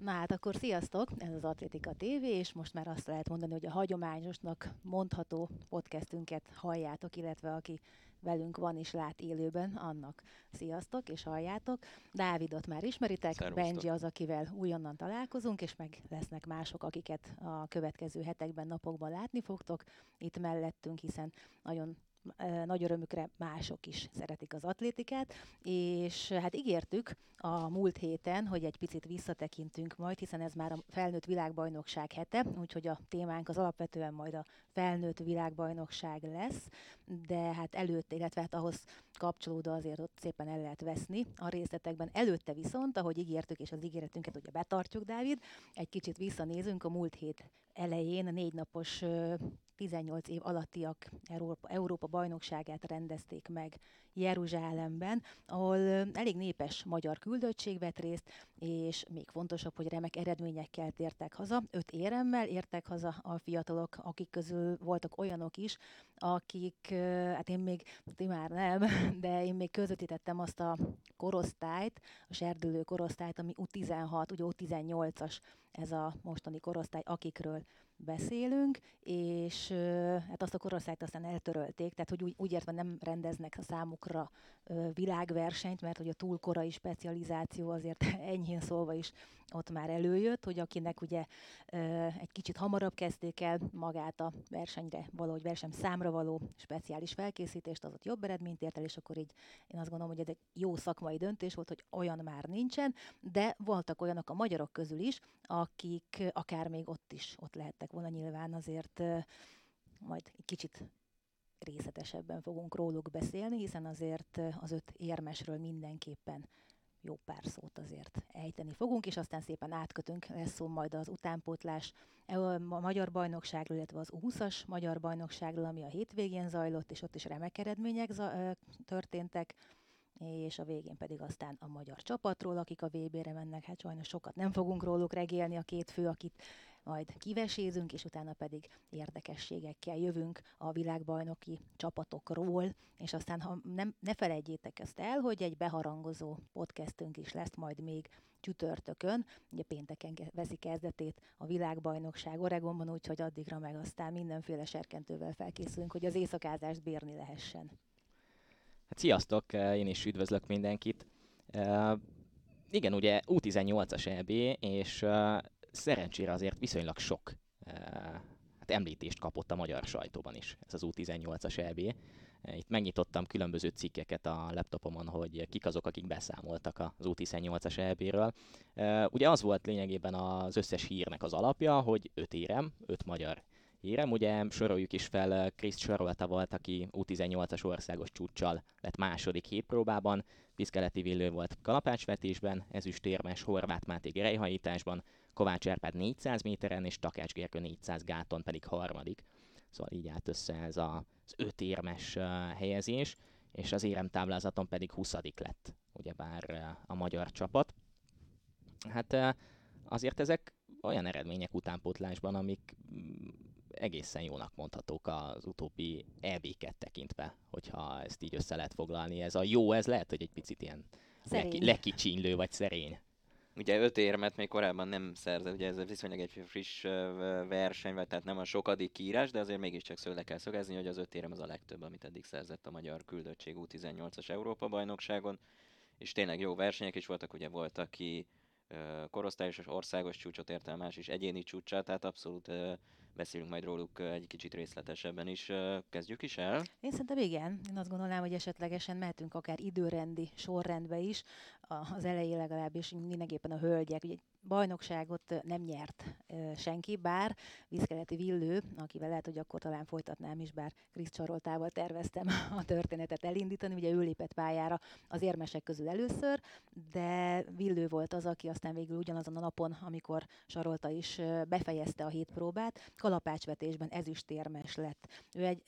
Na hát akkor sziasztok, ez az Atlétika TV, és most már azt lehet mondani, hogy a hagyományosnak mondható podcastünket halljátok, illetve aki velünk van és lát élőben, annak sziasztok, és halljátok. Dávidot már ismeritek, Szervusztok. Benji az, akivel újonnan találkozunk, és meg lesznek mások, akiket a következő hetekben, napokban látni fogtok itt mellettünk, hiszen nagyon nagy örömükre mások is szeretik az atlétikát, és hát ígértük a múlt héten, hogy egy picit visszatekintünk majd, hiszen ez már a felnőtt világbajnokság hete, úgyhogy a témánk az alapvetően majd a felnőtt világbajnokság lesz, de hát előtte, illetve hát ahhoz kapcsolódva azért ott szépen el lehet veszni a részletekben. Előtte viszont, ahogy ígértük, és az ígéretünket ugye betartjuk, Dávid, egy kicsit visszanézünk a múlt hét elején, a 4 napos 18 év alattiak Európa bajnokságát rendezték meg Jeruzsálemben, ahol elég népes magyar küldöttség vett részt, és még fontosabb, hogy remek eredményekkel tértek haza. 5 éremmel értek haza a fiatalok, akik közül voltak olyanok is, akik, hát én még, ti már nem, de én még közvetítettem azt a korosztályt, a serdülő korosztályt, ami U16, ugye U18-as ez a mostani korosztály, akikről beszélünk, és hát azt a korosztályt aztán eltörölték, tehát hogy úgy értve nem rendeznek a számukra világversenyt, mert hogy a túl korai specializáció azért enyhén szólva is ott már előjött, hogy akinek ugye egy kicsit hamarabb kezdték el magát a versenyre való, vagy versenyszámra való speciális felkészítést, az ott jobb eredményt ért el, és akkor így én azt gondolom, hogy ez egy jó szakmai döntés volt, hogy olyan már nincsen, de voltak olyanok a magyarok közül is, akik akár még ott lehettek volna, nyilván azért majd egy kicsit részletesebben fogunk róluk beszélni, hiszen azért az 5 érmesről mindenképpen jó pár szót azért ejteni fogunk, és aztán szépen átkötünk, lesz szó majd az utánpótlás a magyar bajnokságról, illetve az U20-as magyar bajnokságról, ami a hétvégén zajlott, és ott is remek eredmények történtek, és a végén pedig aztán a magyar csapatról, akik a VB-re mennek, hát sajnos sokat nem fogunk róluk regélni, a két fő, akit majd kivesézünk, és utána pedig érdekességekkel jövünk a világbajnoki csapatokról, és aztán ne felejtjétek ezt el, hogy egy beharangozó podcastünk is lesz majd még csütörtökön, ugye pénteken veszi kezdetét a világbajnokság Oregonban, úgyhogy addigra meg aztán mindenféle serkentővel felkészülünk, hogy az éjszakázást bírni lehessen. Hát sziasztok, én is üdvözlök mindenkit. Igen, ugye U18-as EB, és szerencsére azért viszonylag sok hát említést kapott a magyar sajtóban is ez az U18-as EB. Itt megnyitottam különböző cikkeket a laptopomon, hogy kik azok, akik beszámoltak az U18-as EB-ről. Ugye az volt lényegében az összes hírnek az alapja, hogy 5 érem, 5 magyar érem. Ugye soroljuk is fel, Kriszt Sarolta volt, aki U18-as országos csúccsal lett második hétpróbában, Piszkeleti Villő volt kalapácsvetésben, ezüstérmes Horváth Máté gerelyhajításban, Kovács Árpád 400 méteren és Takács Gergő 400 gáton pedig harmadik. Szóval így állt össze ez az 5 érmes helyezés, és az éremtáblázaton pedig 20. lett ugyebár a magyar csapat. Hát azért ezek olyan eredmények utánpótlásban, amik egészen jónak mondhatók az utóbbi EB-ket tekintve, hogyha ezt így össze lehet foglalni. Ez a jó, ez lehet, hogy egy picit ilyen lekicsinylő vagy szerény. Ugye 5 érmet még korábban nem szerzett, ugye ez viszonylag egy friss verseny, vagy tehát nem a sokadik kiírás, de azért mégiscsak le kell szögezni, hogy az 5 érem az a legtöbb, amit eddig szerzett a magyar küldöttség U18-as Európa-bajnokságon, és tényleg jó versenyek is voltak, ugye volt, aki korosztályos országos csúcsot ért el, más is egyéni csúcsát, tehát abszolút beszélünk majd róluk egy kicsit részletesebben is. Kezdjük is el? Én szerintem igen. Én azt gondolnám, hogy esetlegesen mehetünk akár időrendi sorrendbe is, az elején legalábbis mindenképpen a hölgyek. Ugye bajnokságot nem nyert senki, bár Viszkeleti Villő, akivel lehet, hogy akkor talán folytatnám is, bár Krisz Csaroltával terveztem a történetet elindítani, ugye ő lépett pályára az érmesek közül először, de Villő volt az, aki aztán végül ugyanazon a napon, amikor Sarolta is befejezte a hétpróbát, kalapácsvetésben ezüstérmes lett. Ő egy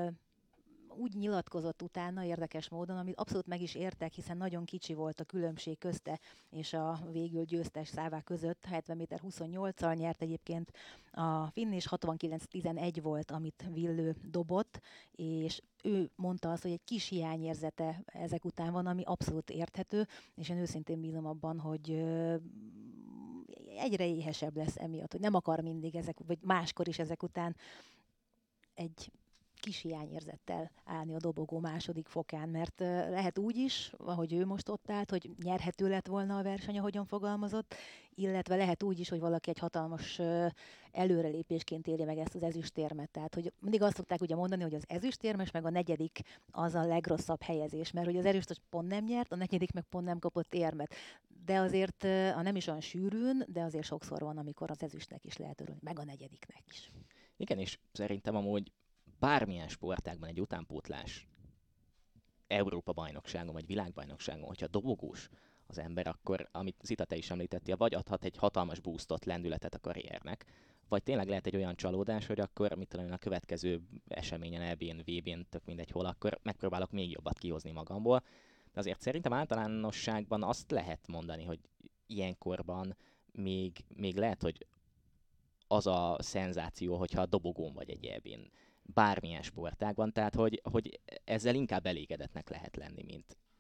úgy nyilatkozott utána érdekes módon, amit abszolút meg is értek, hiszen nagyon kicsi volt a különbség közte és a végül győztes Szává között. 70 méter 28-al nyert egyébként a finn, és 69-11 volt, amit Villő dobott, és ő mondta azt, hogy egy kis hiányérzete ezek után van, ami abszolút érthető, és én őszintén bízom abban, hogy egyre éhesebb lesz emiatt, hogy nem akar mindig ezek, vagy máskor is ezek után egy kis hiányérzettel állni a dobogó második fokán, mert lehet úgy is, ahogy ő most ott állt, hogy nyerhető lett volna a verseny, ahogyan fogalmazott, illetve lehet úgy is, hogy valaki egy hatalmas előrelépésként éli meg ezt az ezüstérmet. Tehát, hogy mindig azt szokták ugye mondani, hogy az ezüstérmes, meg a negyedik az a legrosszabb helyezés, mert hogy az ezüst pont nem nyert, a negyedik meg pont nem kapott érmet. De azért, ha nem is olyan sűrűn, de azért sokszor van, amikor az ezüstnek is lehet örülni, meg a negyediknek is. Igen, és szerintem amúgy bármilyen sportágban egy utánpótlás Európa-bajnokságon vagy világbajnokságon, hogyha dobogós az ember, akkor, amit Zita te is említettél, vagy adhat egy hatalmas boostot, lendületet a karriernek, vagy tényleg lehet egy olyan csalódás, hogy akkor, mit tudom én, a következő eseményen, EB-n, VB-n, tök mindegy hol, akkor megpróbálok még jobbat kihozni magamból. De azért szerintem általánosságban azt lehet mondani, hogy ilyenkorban még lehet, hogy az a szenzáció, hogyha a dobogón vagy egy EB-n, bármilyen sportágban, tehát hogy ezzel inkább elégedetnek lehet lenni,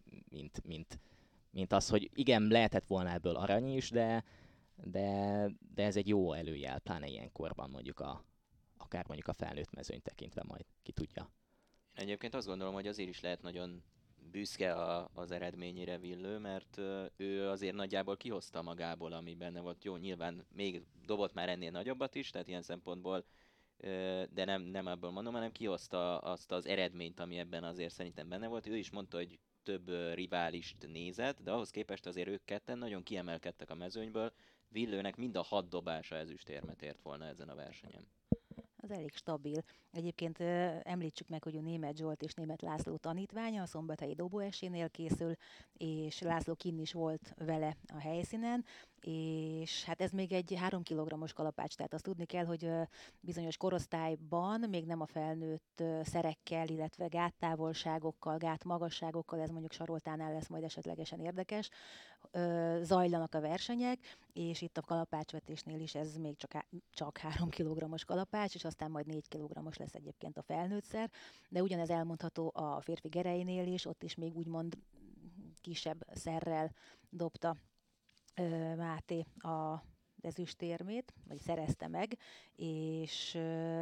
mint az, hogy igen, lehetett volna ebből arany is, de ez egy jó előjel, pláne ilyenkorban akár mondjuk a felnőtt mezőnyt tekintve majd, ki tudja. Én egyébként azt gondolom, hogy azért is lehet nagyon büszke az eredményére Villő, mert ő azért nagyjából kihozta magából, ami benne volt. Jó, nyilván még dobott már ennél nagyobbat is, tehát ilyen szempontból, de nem ebből mondom, hanem kihozta azt az eredményt, ami ebben azért szerintem benne volt. Ő is mondta, hogy több riválist nézett, de ahhoz képest azért ők ketten nagyon kiemelkedtek a mezőnyből. Villőnek mind a 6 dobása ezüstérmet ért volna ezen a versenyen. Az elég stabil. Egyébként említsük meg, hogy a Németh Zsolt és Németh László tanítványa a szombathelyi dobóesénél készül, és László kinn is volt vele a helyszínen, és hát ez még egy 3 kg-os kalapács, tehát azt tudni kell, hogy bizonyos korosztályban még nem a felnőtt szerekkel, illetve gáttávolságokkal, gátmagasságokkal, ez mondjuk Saroltánál lesz majd esetlegesen érdekes, zajlanak a versenyek, és itt a kalapácsvetésnél is ez még csak 3 kg-os kalapács, és aztán majd 4 kg-os lesz egyébként a felnőttszer, de ugyanez elmondható a férfi gereinél is, ott is még úgymond kisebb szerrel dobta Máté az ezüstérmét, vagy szerezte meg, és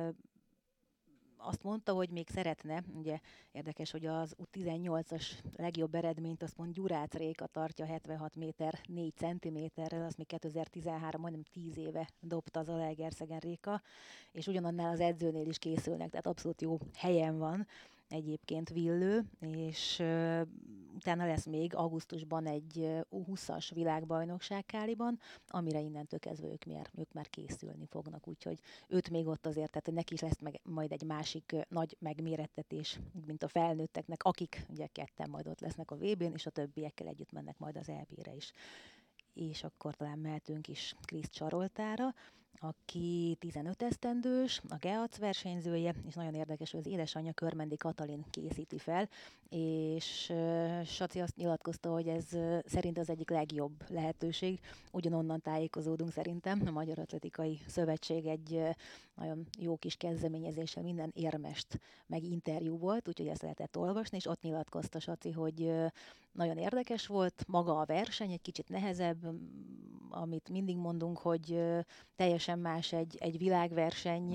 azt mondta, hogy még szeretne, ugye érdekes, hogy az U18-as legjobb eredményt azt mond Gyurácz Réka tartja 76 méter 4 centiméterrel, azt még 2013, majdnem 10 éve dobta az Zalaegerszegen Réka, és ugyanannál az edzőnél is készülnek, tehát abszolút jó helyen van egyébként Villő, és utána lesz még augusztusban egy U20-as világbajnokság Káliban, amire innentől kezdve ők már készülni fognak, úgyhogy őt még ott azért, tehát hogy neki is lesz majd egy másik nagy megmérettetés, mint a felnőtteknek, akik ugye ketten majd ott lesznek a VB-n, és a többiekkel együtt mennek majd az EB-re is. És akkor talán mehetünk is Kriszt Saroltára, aki 15 esztendős, a GEAC versenyzője, és nagyon érdekes, hogy az édesanyja Körmendi Katalin készíti fel, és Saci azt nyilatkozta, hogy ez szerint az egyik legjobb lehetőség. Ugyanonnan tájékozódunk szerintem, a Magyar Atletikai Szövetség egy nagyon jó kis kezdeményezéssel minden érmest meg interjú volt, úgyhogy ezt lehetett olvasni, és ott nyilatkozta Saci, hogy nagyon érdekes volt maga a verseny, egy kicsit nehezebb, amit mindig mondunk, hogy teljesen más egy világverseny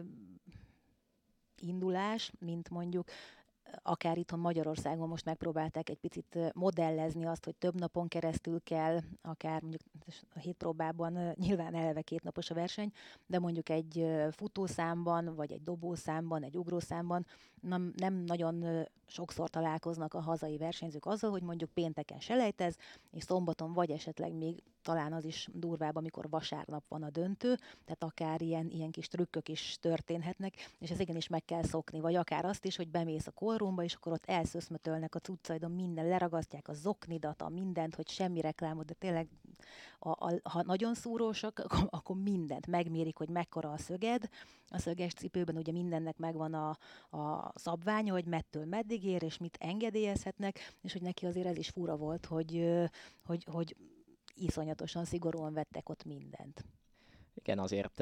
indulás, mint mondjuk akár itthon Magyarországon most megpróbálták egy picit modellezni azt, hogy több napon keresztül kell, akár mondjuk a 7 próbában nyilván eleve 2 napos a verseny, de mondjuk egy futószámban, vagy egy dobószámban, egy ugrószámban nem nagyon sokszor találkoznak a hazai versenyzők azzal, hogy mondjuk pénteken selejtez, és szombaton vagy esetleg még talán az is durvább, amikor vasárnap van a döntő, tehát akár ilyen kis trükkök is történhetnek, és ez igenis meg kell szokni, vagy akár azt is, hogy bemész a kórumba, és akkor ott elszöszmötölnek a cuccaidon, minden, leragasztják a zoknidat, a mindent, hogy semmi reklámot, de tényleg ha nagyon szúrósak, akkor mindent megmérik, hogy mekkora a szöged. A szöges cipőben ugye mindennek megvan a szabványa, hogy mettől meddig ér, és mit engedélyezhetnek, és hogy neki azért ez is fura volt, hogy iszonyatosan szigorúan vettek ott mindent. Igen, azért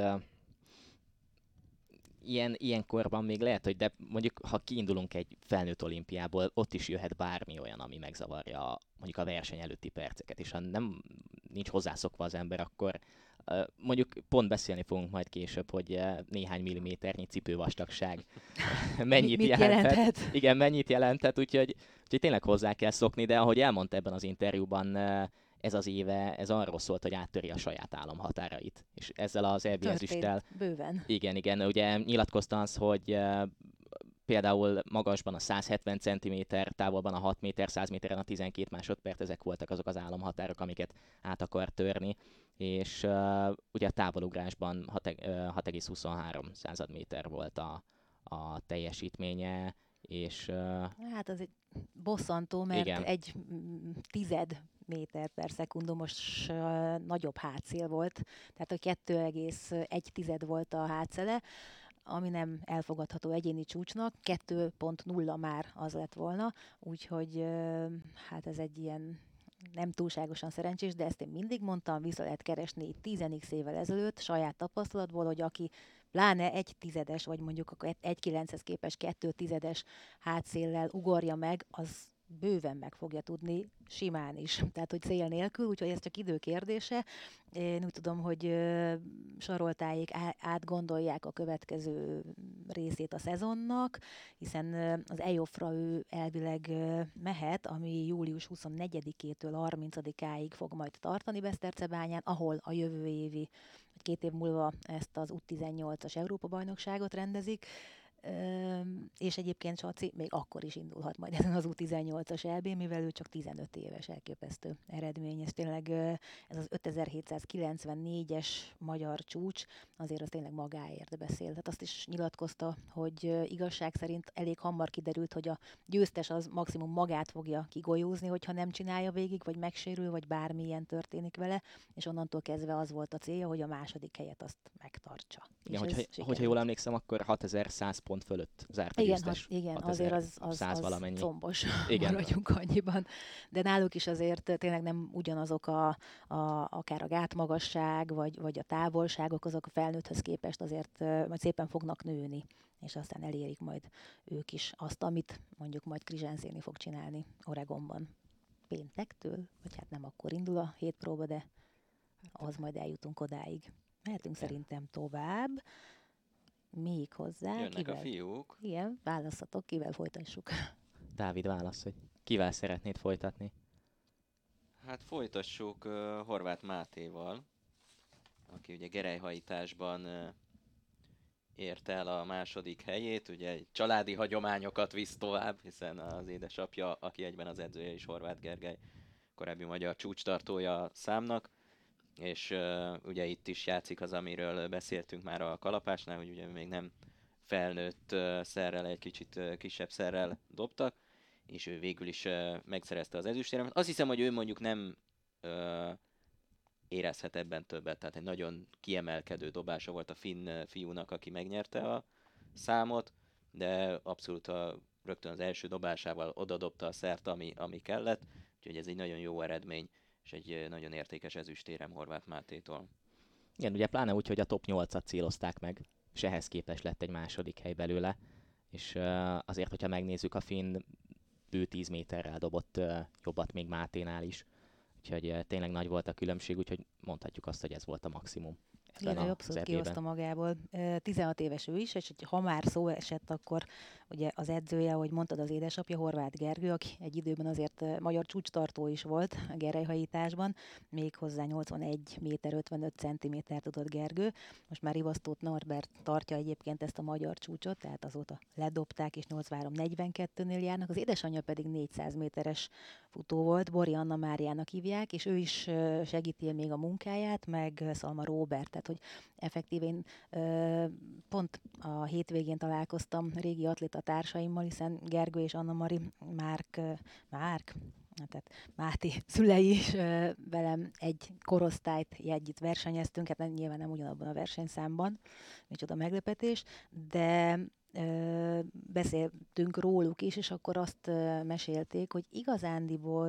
ilyen korban még lehet, hogy de mondjuk ha kiindulunk egy felnőtt olimpiából, ott is jöhet bármi olyan, ami megzavarja mondjuk a verseny előtti perceket, és ha nincs hozzászokva az ember, akkor Mondjuk pont beszélni fogunk majd később, hogy néhány milliméternyi cipővastagság mennyit Mit jelenthet. Igen, mennyit jelenthet, úgyhogy tényleg hozzá kell szokni, de ahogy elmondta ebben az interjúban, ez az éve, ez arról szólt, hogy áttöri a saját álomhatárait. És ezzel az EB ezüsttel... Bőven. Igen, ugye nyilatkozta az, hogy például magasban a 170 cm, távolban a 6 méter, 100 méteren a 12 másodperc, ezek voltak azok az álomhatárok, amiket át akar törni, és ugye a távolugrásban 6,23 századméter volt a teljesítménye, és... Hát az egy bosszantó, mert igen. egy tized méter per szekundumos nagyobb hátszél volt, tehát a 2,1 volt a hátszele, ami nem elfogadható egyéni csúcsnak, 2.0 már az lett volna, úgyhogy hát ez egy ilyen nem túlságosan szerencsés, de ezt én mindig mondtam, vissza lehet keresni 10x évvel ezelőtt saját tapasztalatból, hogy aki pláne 1/10, vagy mondjuk akkor 1/9-hez képest 2/10 hátszéllel ugorja meg, az bőven meg fogja tudni simán is, tehát hogy cél nélkül, úgyhogy ez csak idő kérdése. Én úgy tudom, hogy Saroltáék átgondolják a következő részét a szezonnak, hiszen az EOF-ra ő elvileg mehet, ami július 24-től 30-áig fog majd tartani Besztercebányán, ahol a jövő évi, vagy 2 év múlva ezt az U18-as Európa-bajnokságot rendezik, és egyébként Saci még akkor is indulhat majd ezen az U18-as EB, mivel ő csak 15 éves, elképesztő eredmény. Ez tényleg ez az 5794-es magyar csúcs, azért az tényleg magáért beszél. Tehát azt is nyilatkozta, hogy igazság szerint elég hamar kiderült, hogy a győztes az maximum magát fogja kigolyózni, hogyha nem csinálja végig, vagy megsérül, vagy bármilyen történik vele, és onnantól kezdve az volt a célja, hogy a második helyet azt megtartsa. Igen, hogyha jól emlékszem, akkor 6100 pont fölött zárt a győztes. Igen, azért az combos, igen. Maradjunk annyiban. De náluk is azért tényleg nem ugyanazok akár a gátmagasság, vagy a távolságok, azok a felnőtthöz képest azért majd szépen fognak nőni, és aztán elérik majd ők is azt, amit mondjuk majd Krizsánszéni fog csinálni Oregonban péntektől, vagy hát nem akkor indul a hétpróba, de az majd eljutunk odáig. Mehetünk szerintem tovább. Még hozzá. Jönnek a fiúk. Igen, választhatok, kivel folytassuk. Dávid, válasz, hogy kivel szeretnéd folytatni? Hát folytassuk Horváth Mátéval, aki ugye gerelyhajításban ért el a második helyét, ugye egy családi hagyományokat visz tovább, hiszen az édesapja, aki egyben az edzője is, Horváth Gergely, korábbi magyar csúcstartója a számnak, és ugye itt is játszik az, amiről beszéltünk már a kalapásnál, hogy ugye még nem felnőtt szerrel, egy kicsit kisebb szerrel dobtak, és ő végül is megszerezte az ezüstérmet. Azt hiszem, hogy ő mondjuk nem érezhet ebben többet, tehát egy nagyon kiemelkedő dobása volt a finn fiúnak, aki megnyerte a számot, de abszolút rögtön az első dobásával odadobta a szert, ami kellett, úgyhogy ez egy nagyon jó eredmény, és egy nagyon értékes ezüstérem Horváth Mátétól. Igen, ugye pláne úgy, hogy a top 8-at célozták meg, és ehhez képest lett egy második hely belőle, és azért, hogyha megnézzük, a finn bő 10 méterrel dobott jobbat még Máténál is, úgyhogy tényleg nagy volt a különbség, úgyhogy mondhatjuk azt, hogy ez volt a maximum. Igen, ő abszolút kihozta magából. 16 éves ő is, és ha már szó esett, akkor ugye az edzője, ahogy mondtad, az édesapja, Horváth Gergő, aki egy időben azért magyar csúcstartó is volt a gerelyhajításban, méghozzá 81 méter 55 centiméter tudott Gergő. Most már Ivasztót Norbert tartja egyébként ezt a magyar csúcsot, tehát azóta ledobták, és 83-42-nél járnak. Az édesanyja pedig 400 méteres futó volt, Bori Anna Máriának hívják, és ő is segíti még a munkáját, meg Szalma Róbert, tehát hogy effektívén pont a hétvégén találkoztam régi atléta társaimmal, hiszen Gergő és Anna-Mari tehát Máté szülei is velem egy korosztályt együtt versenyeztünk, hát nyilván nem ugyanabban a versenyszámban, micsoda meglepetés, de beszéltünk róluk is, és akkor azt mesélték, hogy igazándiból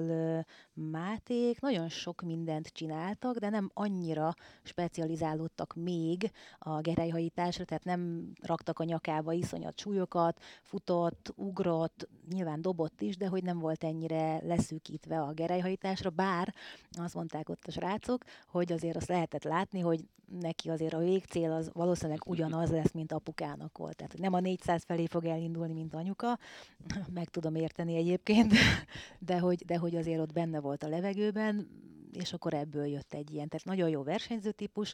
Máték nagyon sok mindent csináltak, de nem annyira specializálódtak még a gerelyhajításra, tehát nem raktak a nyakába iszonyat súlyokat, futott, ugrott, nyilván dobott is, de hogy nem volt ennyire leszűkítve a gerelyhajításra, bár azt mondták ott a srácok, hogy azért azt lehetett látni, hogy neki azért a végcél az valószínűleg ugyanaz lesz, mint apukának volt. Tehát nem a 400 felé fog elindulni, mint anyuka, meg tudom érteni egyébként, de hogy azért ott benne volt a levegőben, és akkor ebből jött egy ilyen. Tehát nagyon jó versenyző típus,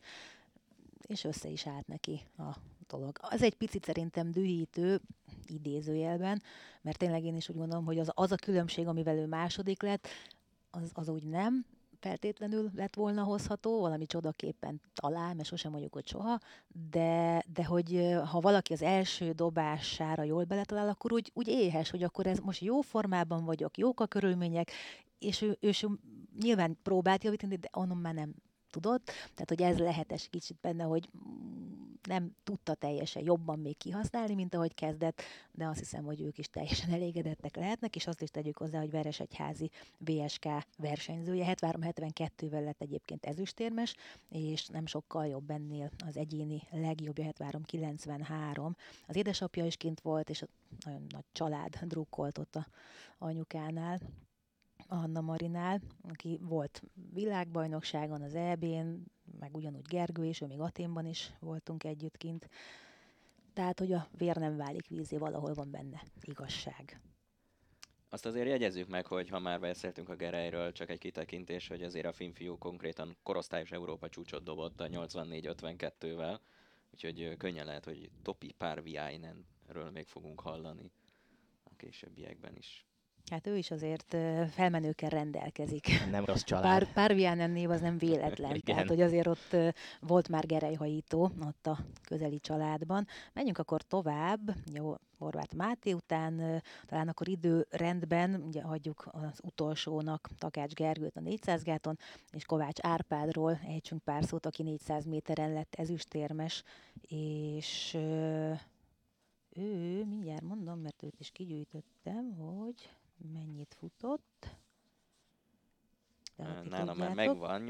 és össze is állt neki a dolog. Az egy picit szerintem dühítő, idézőjelben, mert tényleg én is úgy gondolom, hogy az a különbség, amivel ő második lett, az úgy nem feltétlenül lett volna hozható, valami csodaképpen talál, mert sosem mondjuk, hogy soha, de hogy ha valaki az első dobására jól beletalál, akkor úgy éhes, hogy akkor ez most jó formában vagyok, jók a körülmények, és ő nyilván próbált javítani, de onnan már nem tudott, tehát hogy ez lehetes kicsit benne, hogy nem tudta teljesen jobban még kihasználni, mint ahogy kezdett, de azt hiszem, hogy ők is teljesen elégedettek lehetnek, és azt is tegyük hozzá, hogy Veresegyházi VSK versenyzője, 73-72-vel lett egyébként ezüstérmes, és nem sokkal jobb ennél az egyéni legjobbja, 73-93. Az édesapja is kint volt, és nagyon nagy család drukkolt ott a anyukánál, Anna Marinál, aki volt világbajnokságon, az EB-n, meg ugyanúgy Gergő is, ő még Athénban is voltunk együtt kint. Tehát, hogy a vér nem válik vízé, valahol van benne igazság. Azt azért jegyezzük meg, hogy ha már beszéltünk a Gerelyről, csak egy kitekintés, hogy azért a fiú konkrétan korosztályos Európa csúcsot dobott a 84-52-vel, úgyhogy könnyen lehet, hogy Topi Parviainenről még fogunk hallani a későbbiekben is. Hát ő is azért felmenőkkel rendelkezik. Nem rossz család. Parviainen név az nem véletlen. Tehát, hogy azért ott volt már gerelyhajító ott a közeli családban. Menjünk akkor tovább. Jó, Horváth Máté után talán akkor időrendben ugye hagyjuk az utolsónak Takács Gergőt a 400 gáton, és Kovács Árpádról ejtsünk pár szót, aki 400 méteren lett ezüstérmes, és ő, mindjárt mondom, mert őt is kigyűjtöttem, hogy mennyit futott. Nálam már megvan,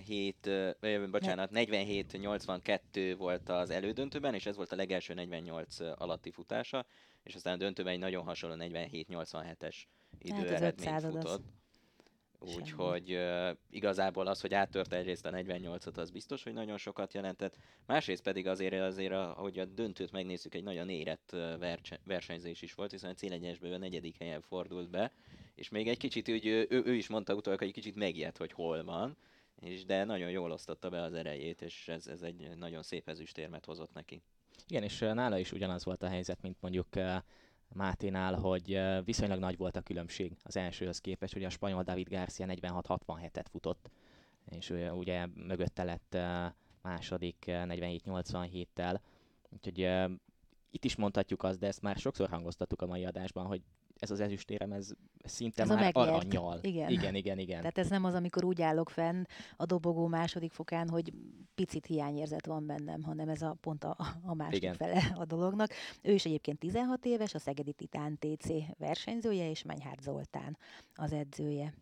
47-82 volt az elődöntőben, és ez volt a legelső 48 alatti futása, és aztán a döntőben egy nagyon hasonló 47-87-es időeredményt futott. Úgyhogy igazából az, hogy áttörte egyrészt a 48-ot, az biztos, hogy nagyon sokat jelentett. Másrészt pedig azért ahogy a döntőt megnézzük, egy nagyon érett versenyzés is volt, hiszen a célegyenesből a 4. helyen fordult be, és még egy kicsit úgy, ő is mondta utólag, hogy egy kicsit megijedt, hogy hol van, de nagyon jól osztotta be az erejét, és ez egy nagyon szép ezüstérmet hozott neki. Igen, és nála is ugyanaz volt a helyzet, mint mondjuk Máténál, hogy viszonylag nagy volt a különbség az elsőhöz képest, hogy a spanyol David Garcia 46-67-et futott, és ugye mögötte lett második 47-87-tel, úgyhogy itt is mondhatjuk azt, de ezt már sokszor hangoztattuk a mai adásban, hogy ez az ezüstérem, ez szinte ez már aranyjal. Igen. Igen. Tehát ez nem az, amikor úgy állok fenn a dobogó második fokán, hogy picit hiányérzet van bennem, hanem ez pont a másik fele a dolognak. Ő is egyébként 16 éves, a Szegedi Titán TC versenyzője, és Menyhárt Zoltán az edzője.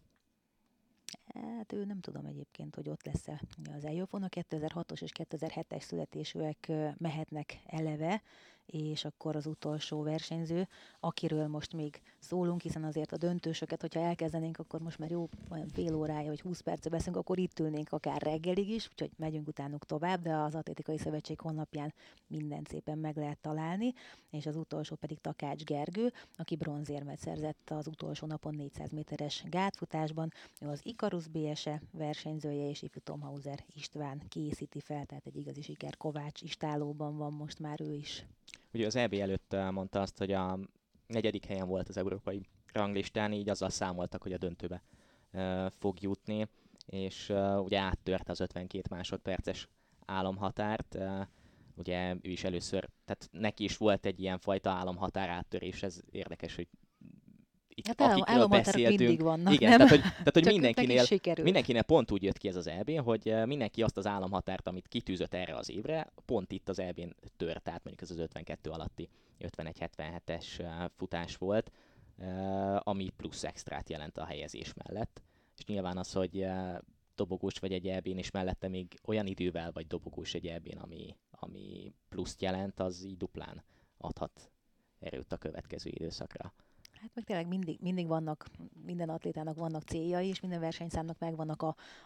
Hát ő nem tudom egyébként, hogy ott lesz-e az EIOF-on. A 2006-os és 2007-es születésűek mehetnek eleve, és akkor az utolsó versenyző, akiről most még szólunk, hiszen azért a döntősöket, hogyha elkezdenénk, akkor most már jó olyan fél órája, vagy 20 perce beszélünk, akkor itt ülnénk akár reggelig is, úgyhogy megyünk utánuk tovább, de az Atlétikai Szövetség honlapján mindent szépen meg lehet találni, és az utolsó pedig Takács Gergő, aki bronzérmet szerzett az utolsó napon 400 méteres gátfutásban. Ő az Ikarus BSE versenyzője, és ifjú Tomhauser István készíti fel, tehát egy igazi siker. Kovács istálóban van most már ő is. Ugye az EB előtt mondta azt, hogy a 4. helyen volt az európai ranglistán, így azzal számoltak, hogy a döntőbe fog jutni, és ugye áttörte az 52 másodperces álomhatárt. Ugye ő is először, tehát neki is volt egy ilyen fajta álomhatár áttörés, ez érdekes, hogy itt Hát akikről álomhatárok beszéltünk. mindig vannak, Igen, nem? tehát, hogy Csak nekik mindenkinél pont úgy jött ki ez az EB, hogy mindenki azt az álomhatárt, amit kitűzött erre az évre, pont itt az EB-n tört, tehát mondjuk ez az 52 alatti 51-77-es futás volt, ami plusz extrát jelent a helyezés mellett. És nyilván az, hogy dobogós vagy egy EB-n, és mellette még olyan idővel vagy dobogós egy EB-n, ami pluszt jelent, az így duplán adhat erőt a következő időszakra. Hát meg tényleg mindig vannak, minden atlétának vannak céljai, és minden versenyszámnak megvannak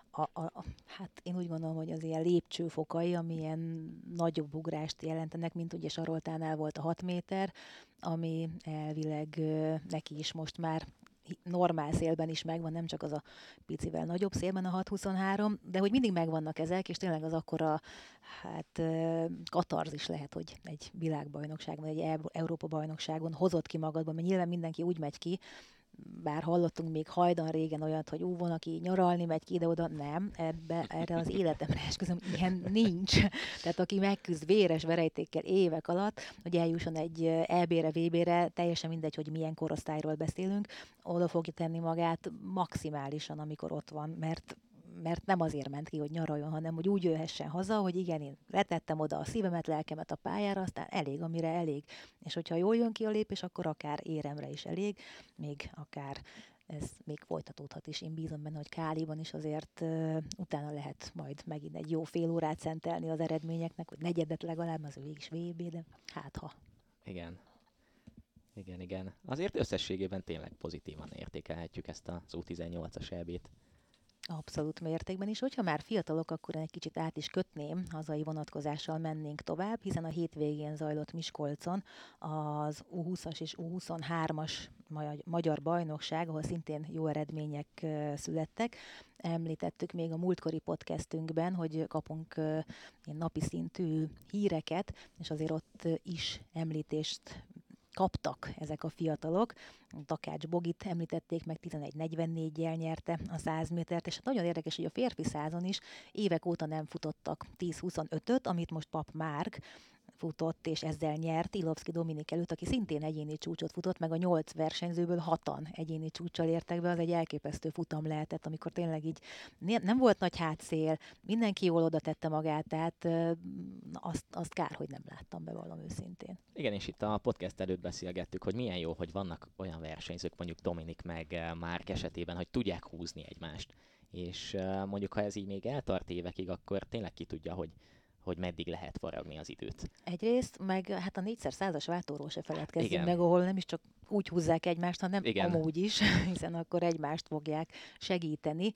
hát én úgy gondolom, hogy az ilyen lépcsőfokai, amilyen nagyobb ugrást jelentenek, mint ugye Saroltánál volt a 6 méter, ami elvileg neki is most már normál szélben is megvan, nem csak az a picivel nagyobb szélben a 6.23, de hogy mindig megvannak ezek, és tényleg az akkora hát katarzis lehet, hogy egy világbajnokságon, egy Európa-bajnokságon hozott ki magadban, mert nyilván mindenki úgy megy ki, bár hallottunk még hajdan régen olyat, hogy van, aki nyaralni megy ki ide-oda, nem, erre az életemre esküszöm, ilyen nincs. Tehát aki megküzd véres verejtékkel évek alatt, hogy eljusson egy EB-re, VB-re, teljesen mindegy, hogy milyen korosztályról beszélünk, oda fogja tenni magát maximálisan, amikor ott van, mert nem azért ment ki, hogy nyaraljon, hanem hogy úgy jöhessen haza, hogy igen, én letettem oda a szívemet, lelkemet a pályára, aztán elég, amire elég. És hogyha jól jön ki a lépés, akkor akár éremre is elég, még akár ez még folytatódhat is. Én bízom benne, hogy Káliban is azért utána lehet majd megint egy jó fél órát szentelni az eredményeknek, hogy negyedet legalább, az ő is VB, de hát ha. Igen. Igen. Azért összességében tényleg pozitívan értékelhetjük ezt az U18-as EB-t. Abszolút mértékben is. Hogyha már fiatalok, akkor egy kicsit át is kötném, hazai vonatkozással mennénk tovább, hiszen a hétvégén zajlott Miskolcon az U20-as és U23-as magyar bajnokság, ahol szintén jó eredmények születtek. Említettük még a múltkori podcastünkben, hogy kapunk ilyen napi szintű híreket, és azért ott is említést kaptak ezek a fiatalok. Takács Bogit említették meg, 11:44-jel nyerte a 100 métert, és nagyon érdekes, hogy a férfi százon is évek óta nem futottak 10:25-öt, amit most Pap Márk futott, és ezzel nyert Ilovszki Dominik előtt, aki szintén egyéni csúcsot futott, meg a 8 versenyzőből 6-an egyéni csúccsal értek be, az egy elképesztő futam lehetett, amikor tényleg így nem volt nagy hátszél, mindenki jól oda tette magát, tehát azt kár, hogy nem láttam, bevallom őszintén. Igen, és itt a podcast előtt beszélgettük, hogy milyen jó, hogy vannak olyan versenyzők, mondjuk Dominik meg Márk esetében, hogy tudják húzni egymást. És mondjuk, ha ez így még eltart évekig, akkor tényleg ki tudja, hogy meddig lehet faragni az időt. Egyrészt, meg hát a 4x100-as váltóról se feledkezzünk Igen. meg, ahol nem is csak úgy húzzák egymást, hanem Igen. amúgy is, hiszen akkor egymást fogják segíteni.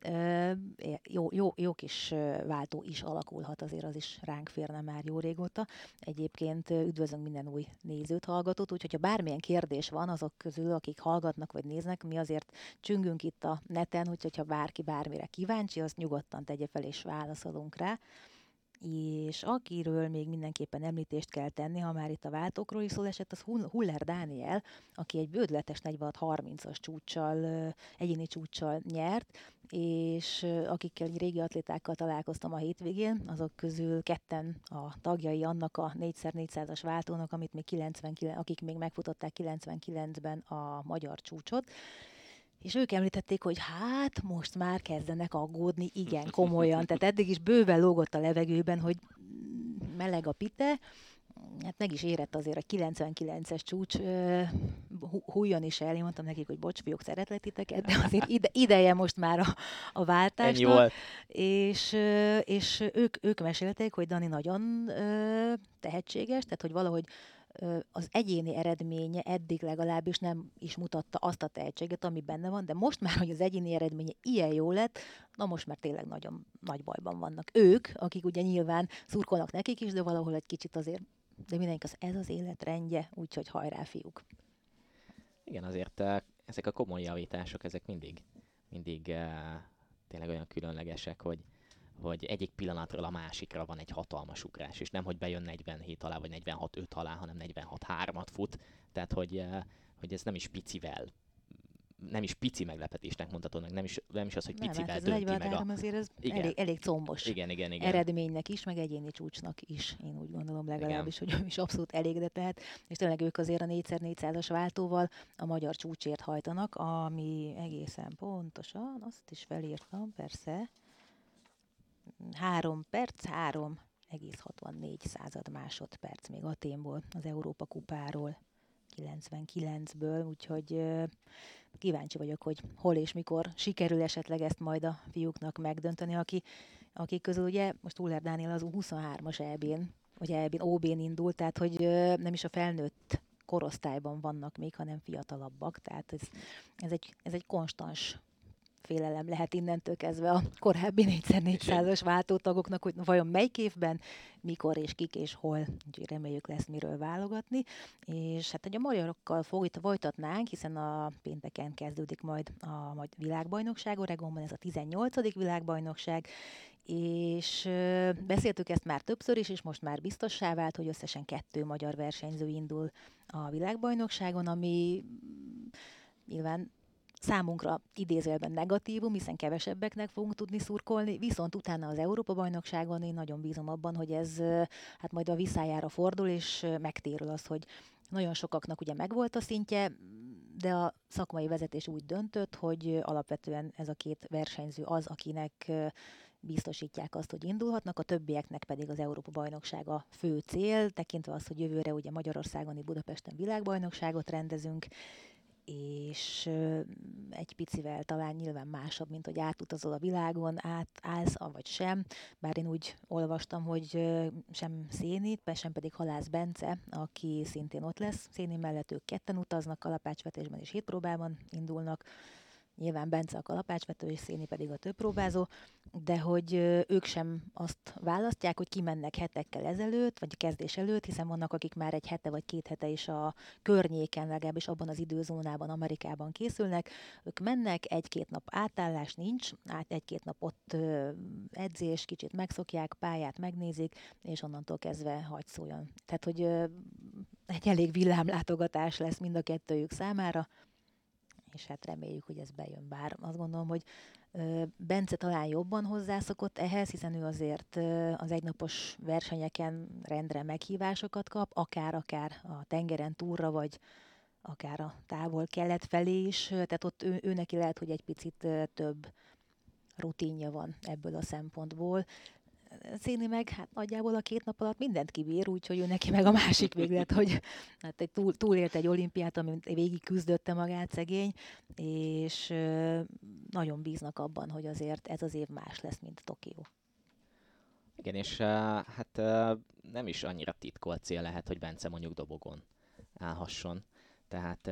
Jó kis váltó is alakulhat, azért az is ránk férne már jó régóta. Egyébként üdvözlünk minden új nézőt, hallgatót, úgyhogy ha bármilyen kérdés van azok közül, akik hallgatnak vagy néznek, mi azért csüngünk itt a neten, úgyhogy ha bárki bármire kíváncsi, azt nyugodtan tegye fel és válaszolunk rá. És akiről még mindenképpen említést kell tenni, ha már itt a váltókról is szó esett, az Huller Dániel, aki egy bődletes 46-30-as csúccsal, egyéni csúccsal nyert, és akikkel régi atlétákkal találkoztam a hétvégén, azok közül ketten a tagjai annak a 4x400-as váltónak, amit még akik még megfutották 99-ben a magyar csúcsot, és ők említették, hogy hát most már kezdenek aggódni, igen, komolyan. Tehát eddig is bőven lógott a levegőben, hogy meleg a pite, hát meg is érett azért a 99-es csúcs, hújjon is el, én mondtam nekik, hogy bocs, fiúk, szeretlek titeket, de azért ideje most már a váltásnak. Ennyi volt. És ők mesélték, hogy Dani nagyon tehetséges, tehát hogy valahogy az egyéni eredménye eddig legalábbis nem is mutatta azt a tehetséget, ami benne van, de most már, hogy az egyéni eredménye ilyen jó lett, na most már tényleg nagyon nagy bajban vannak ők, akik ugye nyilván szurkolnak nekik is, de valahol egy kicsit azért, de mindenki ez az életrendje, úgyhogy hajrá, fiúk. Igen, azért ezek a komoly javítások, ezek mindig tényleg olyan különlegesek, hogy egyik pillanatról a másikra van egy hatalmas ugrás, és nem, hogy bejön 47 alá, vagy 46-5 alá, hanem 46-3-at fut, tehát hogy ez nem is picivel nem is pici meglepetésnek mondhatod, nem is az, hogy Nem, picivel hát ez dönti meg 43 azért ez Igen. elég combos Igen. eredménynek is, meg egyéni csúcsnak is, én úgy gondolom legalábbis, hogy ő is abszolút elégedett lehet, és tényleg ők azért a 4x400-as váltóval a magyar csúcsért hajtanak, ami egészen pontosan, azt is felírtam, persze, 3 perc, 3,64 másodperc még Athénból, az Európa kupáról, 99-ből, úgyhogy kíváncsi vagyok, hogy hol és mikor sikerül esetleg ezt majd a fiúknak megdönteni, akik közül ugye most Uller Dániel az U23-as EB-n, vagy EB-n, OB-n indult, tehát hogy nem is a felnőtt korosztályban vannak még, hanem fiatalabbak, tehát ez egy konstans félelem lehet innentől kezdve a korábbi 4x400-as váltótagoknak, hogy vajon melyik évben, mikor és kik és hol, úgyhogy reméljük lesz miről válogatni. És hát, hogy a magyarokkal folytatnánk, hiszen a pénteken kezdődik majd a világbajnokság, Oregonban ez a 18. világbajnokság, és beszéltük ezt már többször is, és most már biztossá vált, hogy összesen 2 magyar versenyző indul a világbajnokságon, ami nyilván számunkra idézőjelben negatívum, hiszen kevesebbeknek fogunk tudni szurkolni, viszont utána az Európa-bajnokságon én nagyon bízom abban, hogy ez hát majd a visszájára fordul, és megtérül az, hogy nagyon sokaknak ugye megvolt a szintje, de a szakmai vezetés úgy döntött, hogy alapvetően ez a 2 versenyző az, akinek biztosítják azt, hogy indulhatnak, a többieknek pedig az Európa-bajnokság a fő cél, tekintve azt, hogy jövőre ugye Magyarországon és Budapesten világbajnokságot rendezünk, és egy picivel talán nyilván másabb, mint hogy átutazol a világon, átállsz, vagy sem. Bár én úgy olvastam, hogy sem Széni, sem pedig Halász Bence, aki szintén ott lesz. Széni mellett ők 2 utaznak, kalapácsvetésben és hétpróbában indulnak. Nyilván Bence a kalapácsvető, és Széni pedig a többpróbázó, de hogy ők sem azt választják, hogy kimennek hetekkel ezelőtt, vagy a kezdés előtt, hiszen vannak, akik már egy hete vagy 2 hete is a környéken, legalábbis abban az időzónában, Amerikában készülnek. Ők mennek, 1-2 nap átállás nincs, 1-2 nap ott edzés, kicsit megszokják, pályát megnézik, és onnantól kezdve hagy szóljon. Tehát, hogy egy elég villámlátogatás lesz mind a kettőjük számára, és hát reméljük, hogy ez bejön. Bár azt gondolom, hogy Bence talán jobban hozzászokott ehhez, hiszen ő azért az egynapos versenyeken rendre meghívásokat kap, akár a tengeren túlra, vagy akár a távol-kelet felé is, tehát ott ő neki lehet, hogy egy picit több rutinja van ebből a szempontból. Széni meg hát nagyjából a 2 nap alatt mindent kibír, úgyhogy ő neki meg a másik véglet, hogy hát túlélt egy olimpiát, amit végig küzdötte magát szegény, és nagyon bíznak abban, hogy azért ez az év más lesz, mint Tokió. Igen, és hát nem is annyira titkolt cél lehet, hogy Bence mondjuk dobogon állhasson. Tehát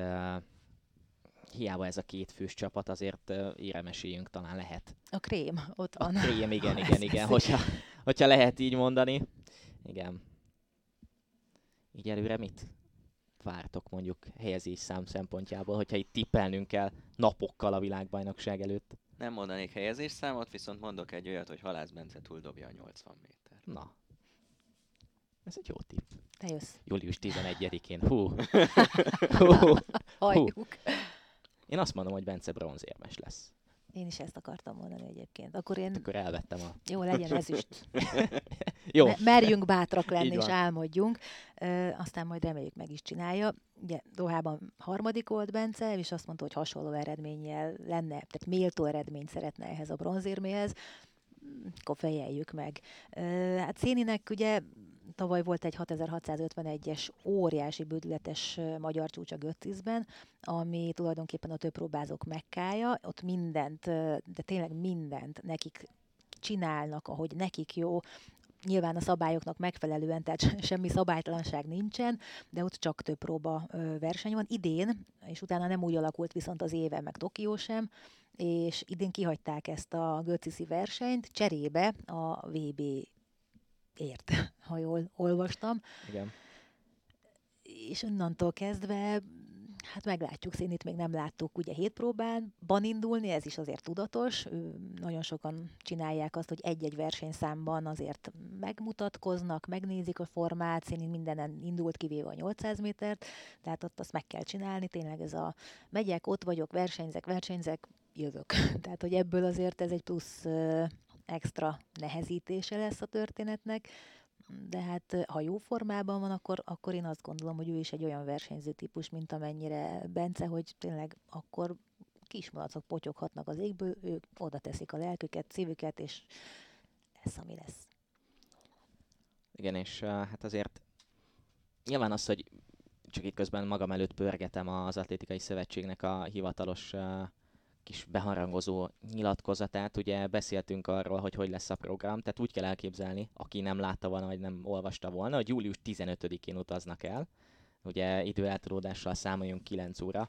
hiába ez a 2 fős csapat, azért éremeséljünk talán lehet. A krém, ott van. A krém, igen, hogyha lehet így mondani. Igen. Így előre mit vártok mondjuk helyezésszám szempontjából, hogyha itt tippelnünk kell napokkal a világbajnokság előtt? Nem mondanék helyezésszámot, viszont mondok egy olyat, hogy Halász Bence túldobja a 80 méter. Na. Ez egy jó tipp. Te jössz. Július 11-én. Hú. Halljuk. Én azt mondom, hogy Bence bronzérmes lesz. Én is ezt akartam mondani egyébként. Akkor elvettem a... Jó, legyen ezüst. Jó. Merjünk bátrak lenni, és álmodjunk. Aztán majd reméljük meg is csinálja. Ugye Dohában 3. volt Bence, és azt mondta, hogy hasonló eredménnyel lenne, tehát méltó eredményt szeretne ehhez a bronzérméhez. Akkor fejeljük meg. Hát Széninek ugye tavaly volt egy 6651-es óriási bődületes magyar csúcs a Götzisben, ami tulajdonképpen a többpróbázók Mekkája, ott mindent, de tényleg mindent nekik csinálnak, ahogy nekik jó, nyilván a szabályoknak megfelelően, tehát semmi szabálytalanság nincsen, de ott csak több próba verseny van. Idén, és utána nem úgy alakult viszont az éve, meg Tokió sem, és idén kihagyták ezt a götziszi versenyt, cserébe a VB-ért, ha jól olvastam. Igen. És onnantól kezdve Hát meglátjuk, színét még nem láttuk ugye 7 próbában indulni, ez is azért tudatos. Nagyon sokan csinálják azt, hogy egy-egy versenyszámban azért megmutatkoznak, megnézik a formát, színén mindenen indult kivéve a 800 métert, tehát ott azt meg kell csinálni, tényleg ez a megyek, ott vagyok, versenyzek, jövök. Tehát, hogy ebből azért ez egy plusz extra nehezítése lesz a történetnek, de hát ha jó formában van, akkor én azt gondolom, hogy ő is egy olyan versenyző típus, mint amennyire Bence, hogy tényleg akkor kismalacok potyoghatnak az égből, ők oda teszik a lelküket, szívüket, és lesz, ami lesz. Igen, és hát azért nyilván az, hogy csak itt közben magam előtt pörgetem az Atlétikai Szövetségnek a hivatalos kis beharangozó nyilatkozatát. Ugye beszéltünk arról, hogy lesz a program, tehát úgy kell elképzelni, aki nem látta volna, vagy nem olvasta volna, hogy július 15-én utaznak el. Ugye időeltolódással számoljunk 9 óra.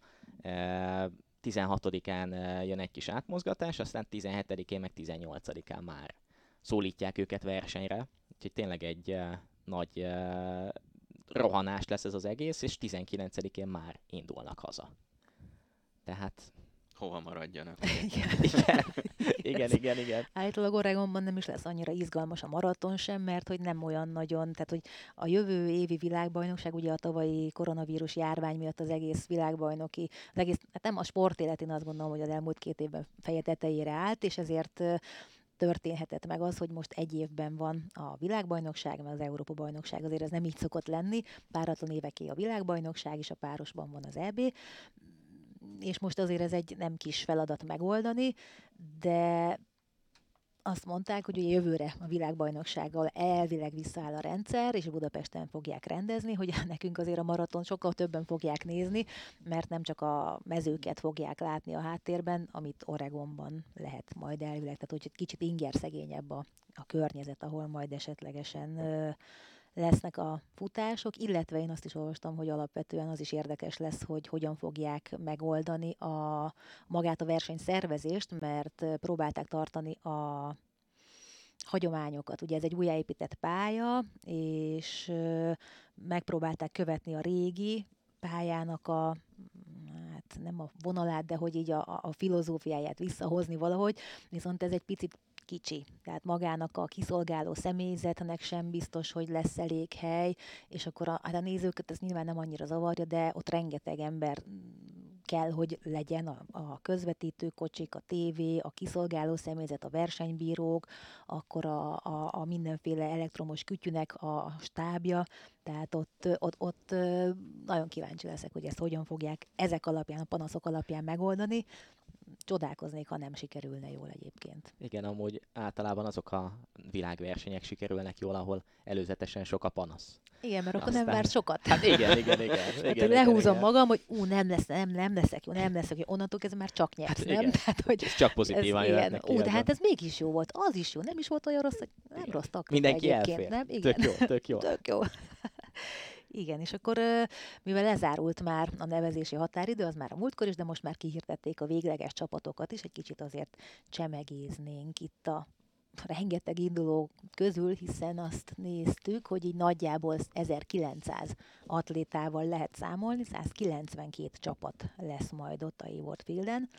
16-án jön egy kis átmozgatás, aztán 17-én meg 18-án már szólítják őket versenyre. Úgyhogy tényleg egy nagy rohanás lesz ez az egész, és 19-én már indulnak haza. Tehát Hova maradjanak? Igen. Állítólag Oregonban nem is lesz annyira izgalmas a maraton sem, mert hogy nem olyan nagyon, tehát hogy a jövő évi világbajnokság, ugye a tavalyi koronavírus járvány miatt az egész világbajnoki, hát nem a sportélet, én azt gondolom, hogy az elmúlt 2 évben feje tetejére állt, és ezért történhetett meg az, hogy most egy évben van a világbajnokság, meg az Európa-bajnokság, azért ez nem így szokott lenni, páratlan éveké a világbajnokság, és a párosban van az EB, és most azért ez egy nem kis feladat megoldani, de azt mondták, hogy ugye jövőre a világbajnoksággal elvileg visszaáll a rendszer, és Budapesten fogják rendezni, hogy nekünk azért a maraton sokkal többen fogják nézni, mert nem csak a mezőket fogják látni a háttérben, amit Oregonban lehet majd elvileg, tehát hogy kicsit ingerszegényebb a környezet, ahol majd esetlegesen lesznek a futások, illetve én azt is olvastam, hogy alapvetően az is érdekes lesz, hogy hogyan fogják megoldani magát a versenyszervezést, mert próbálták tartani a hagyományokat. Ugye ez egy újjáépített pálya, és megpróbálták követni a régi pályának hát nem a vonalát, de hogy így a filozófiáját visszahozni valahogy, viszont ez egy picit kicsi. Tehát magának a kiszolgáló személyzetnek sem biztos, hogy lesz elég hely, és akkor hát a nézőket ez nyilván nem annyira zavarja, de ott rengeteg ember kell, hogy legyen a közvetítő kocsik, a tévé, a kiszolgáló személyzet, a versenybírók, akkor a mindenféle elektromos kütyünek a stábja, tehát ott nagyon kíváncsi leszek, hogy ezt hogyan fogják ezek alapján, a panaszok alapján megoldani. Csodálkoznék, ha nem sikerülne jól egyébként. Igen, amúgy általában azok a világversenyek sikerülnek jól, ahol előzetesen sok a panasz. Igen, mert akkor nem vár sokat. Hát igen. Hát, lehúzom magam, hogy nem leszek jó, onnantól kezdve már csak nyersz, hát, nem? Tehát, hogy ez csak pozitívan jöhetnek ki. De hát ez mégis jó volt, az is jó, nem is volt olyan rossz, nem igen. rossz taktika mindenki egyébként, elfér. Nem? Igen. Tök jó. Tök jó. Igen, és akkor mivel lezárult már a nevezési határidő, az már a múltkor is, de most már kihirdették a végleges csapatokat is, egy kicsit azért csemegéznénk itt a rengeteg induló közül, hiszen azt néztük, hogy így nagyjából 1900 atlétával lehet számolni, 192 csapat lesz majd ott a Hayward Fielden.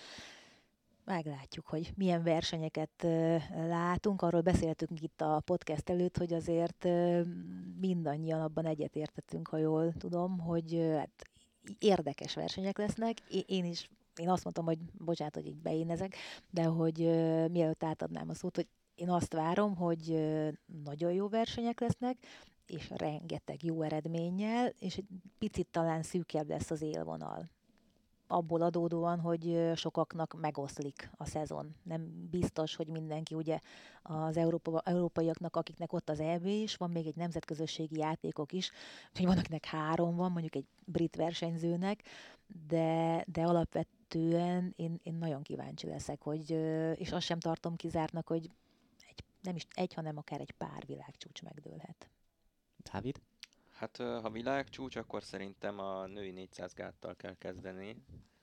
Meglátjuk, hogy milyen versenyeket látunk. Arról beszéltünk itt a podcast előtt, hogy azért mindannyian abban egyetértettünk, ha jól tudom, hogy hát érdekes versenyek lesznek. Én azt mondtam, hogy bocsánat, hogy így beénezek, de hogy mielőtt átadnám a szót, hogy én azt várom, hogy nagyon jó versenyek lesznek, és rengeteg jó eredménnyel, és egy picit talán szűkebb lesz az élvonal. Abból adódóan, hogy sokaknak megoszlik a szezon. Nem biztos, hogy mindenki, ugye az európaiaknak, akiknek ott az EB is, van még egy nemzetközösségi játékok is, hogy van, akinek 3 van, mondjuk egy brit versenyzőnek, de alapvetően én nagyon kíváncsi leszek, hogy, és azt sem tartom kizártnak, hogy nem is egy, hanem akár egy pár világcsúcs megdőlhet. Dávid? Hát ha világcsúcs, akkor szerintem a női 400 gáttal kell kezdeni,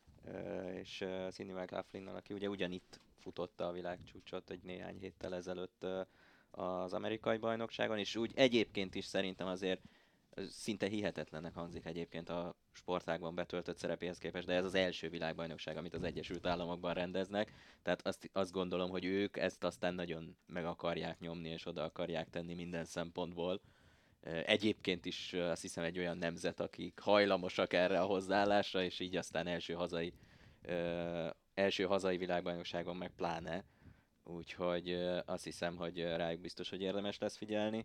és Sydney McLaughlin-nal, aki ugye ugyanitt futotta a világcsúcsot egy néhány héttel ezelőtt az amerikai bajnokságon, és úgy egyébként is szerintem azért Szinte hihetetlennek hangzik egyébként a sportágban betöltött szerepéhez képest, de ez az első világbajnokság, amit az Egyesült Államokban rendeznek, tehát azt gondolom, hogy ők ezt aztán nagyon meg akarják nyomni, és oda akarják tenni minden szempontból. Egyébként is azt hiszem egy olyan nemzet, akik hajlamosak erre a hozzáállásra, és így aztán első hazai világbajnokságon meg pláne. Úgyhogy azt hiszem, hogy rájuk biztos, hogy érdemes lesz figyelni.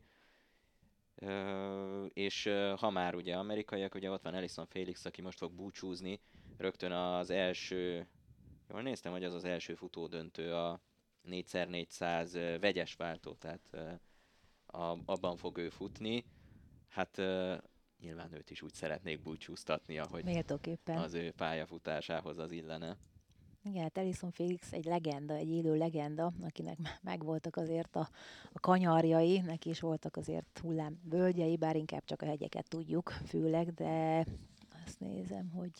És ha már ugye amerikaiak, ugye ott van Allyson Felix, aki most fog búcsúzni, rögtön az első, jól néztem, hogy az első futódöntő a 4x400 vegyes váltó, tehát abban fog ő futni. Hát nyilván őt is úgy szeretnék búcsúztatni, ahogy Méltóképpen. az ő pályafutásához az illene. Igen, hát Allyson Felix egy legenda, egy élő legenda, akinek megvoltak azért a kanyarjai, neki is voltak azért hullámvölgyei, bár inkább csak a hegyeket tudjuk, főleg, de azt nézem, hogy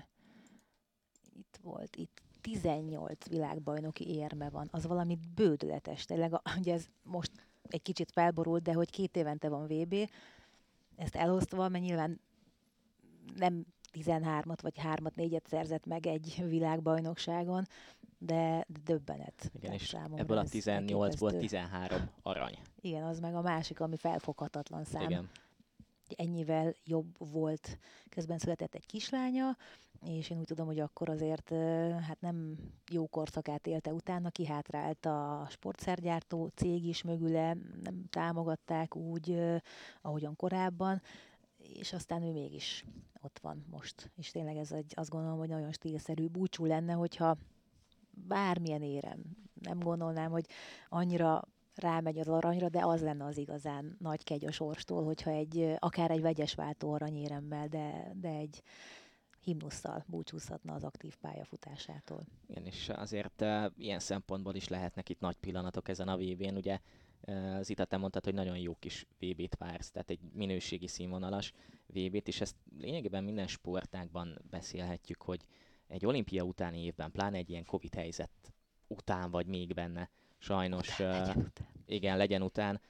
itt 18 világbajnoki érme van, az valami bődületes, tényleg, ugye ez most egy kicsit felborult, de hogy 2 évente van VB, ezt elosztva, mert nyilván nem 13-at vagy 3-4-et szerzett meg egy világbajnokságon, de döbbenet. Igen, és számomra ebből a ez 18-ból elképesztő. 13 arany. Igen, az meg a másik, ami felfoghatatlan szám. Igen. Ennyivel jobb volt. Közben született egy kislánya, és én úgy tudom, hogy akkor azért hát nem jó korszakát élte utána, kihátrált a sportszergyártó cég is mögüle, nem támogatták úgy, ahogyan korábban, és aztán ő mégis ott van most. És tényleg ez azt gondolom, hogy nagyon stílszerű búcsú lenne, hogyha bármilyen érem, nem gondolnám, hogy annyira rámegy az aranyra, de az lenne az igazán nagy kegy a sorstól, hogyha akár egy vegyes váltó aranyéremmel, de egy himnusszal búcsúzhatna az aktív pályafutásától. Igen, és azért ilyen szempontból is lehetnek itt nagy pillanatok ezen a VB-n. Ugye Zita, te mondtad, hogy nagyon jó kis VB-t vársz, tehát egy minőségi színvonalas VB-t, és ezt lényegében minden sportágban beszélhetjük, hogy egy olimpia utáni évben, pláne egy ilyen Covid helyzet után vagy még benne, sajnos, legyen után,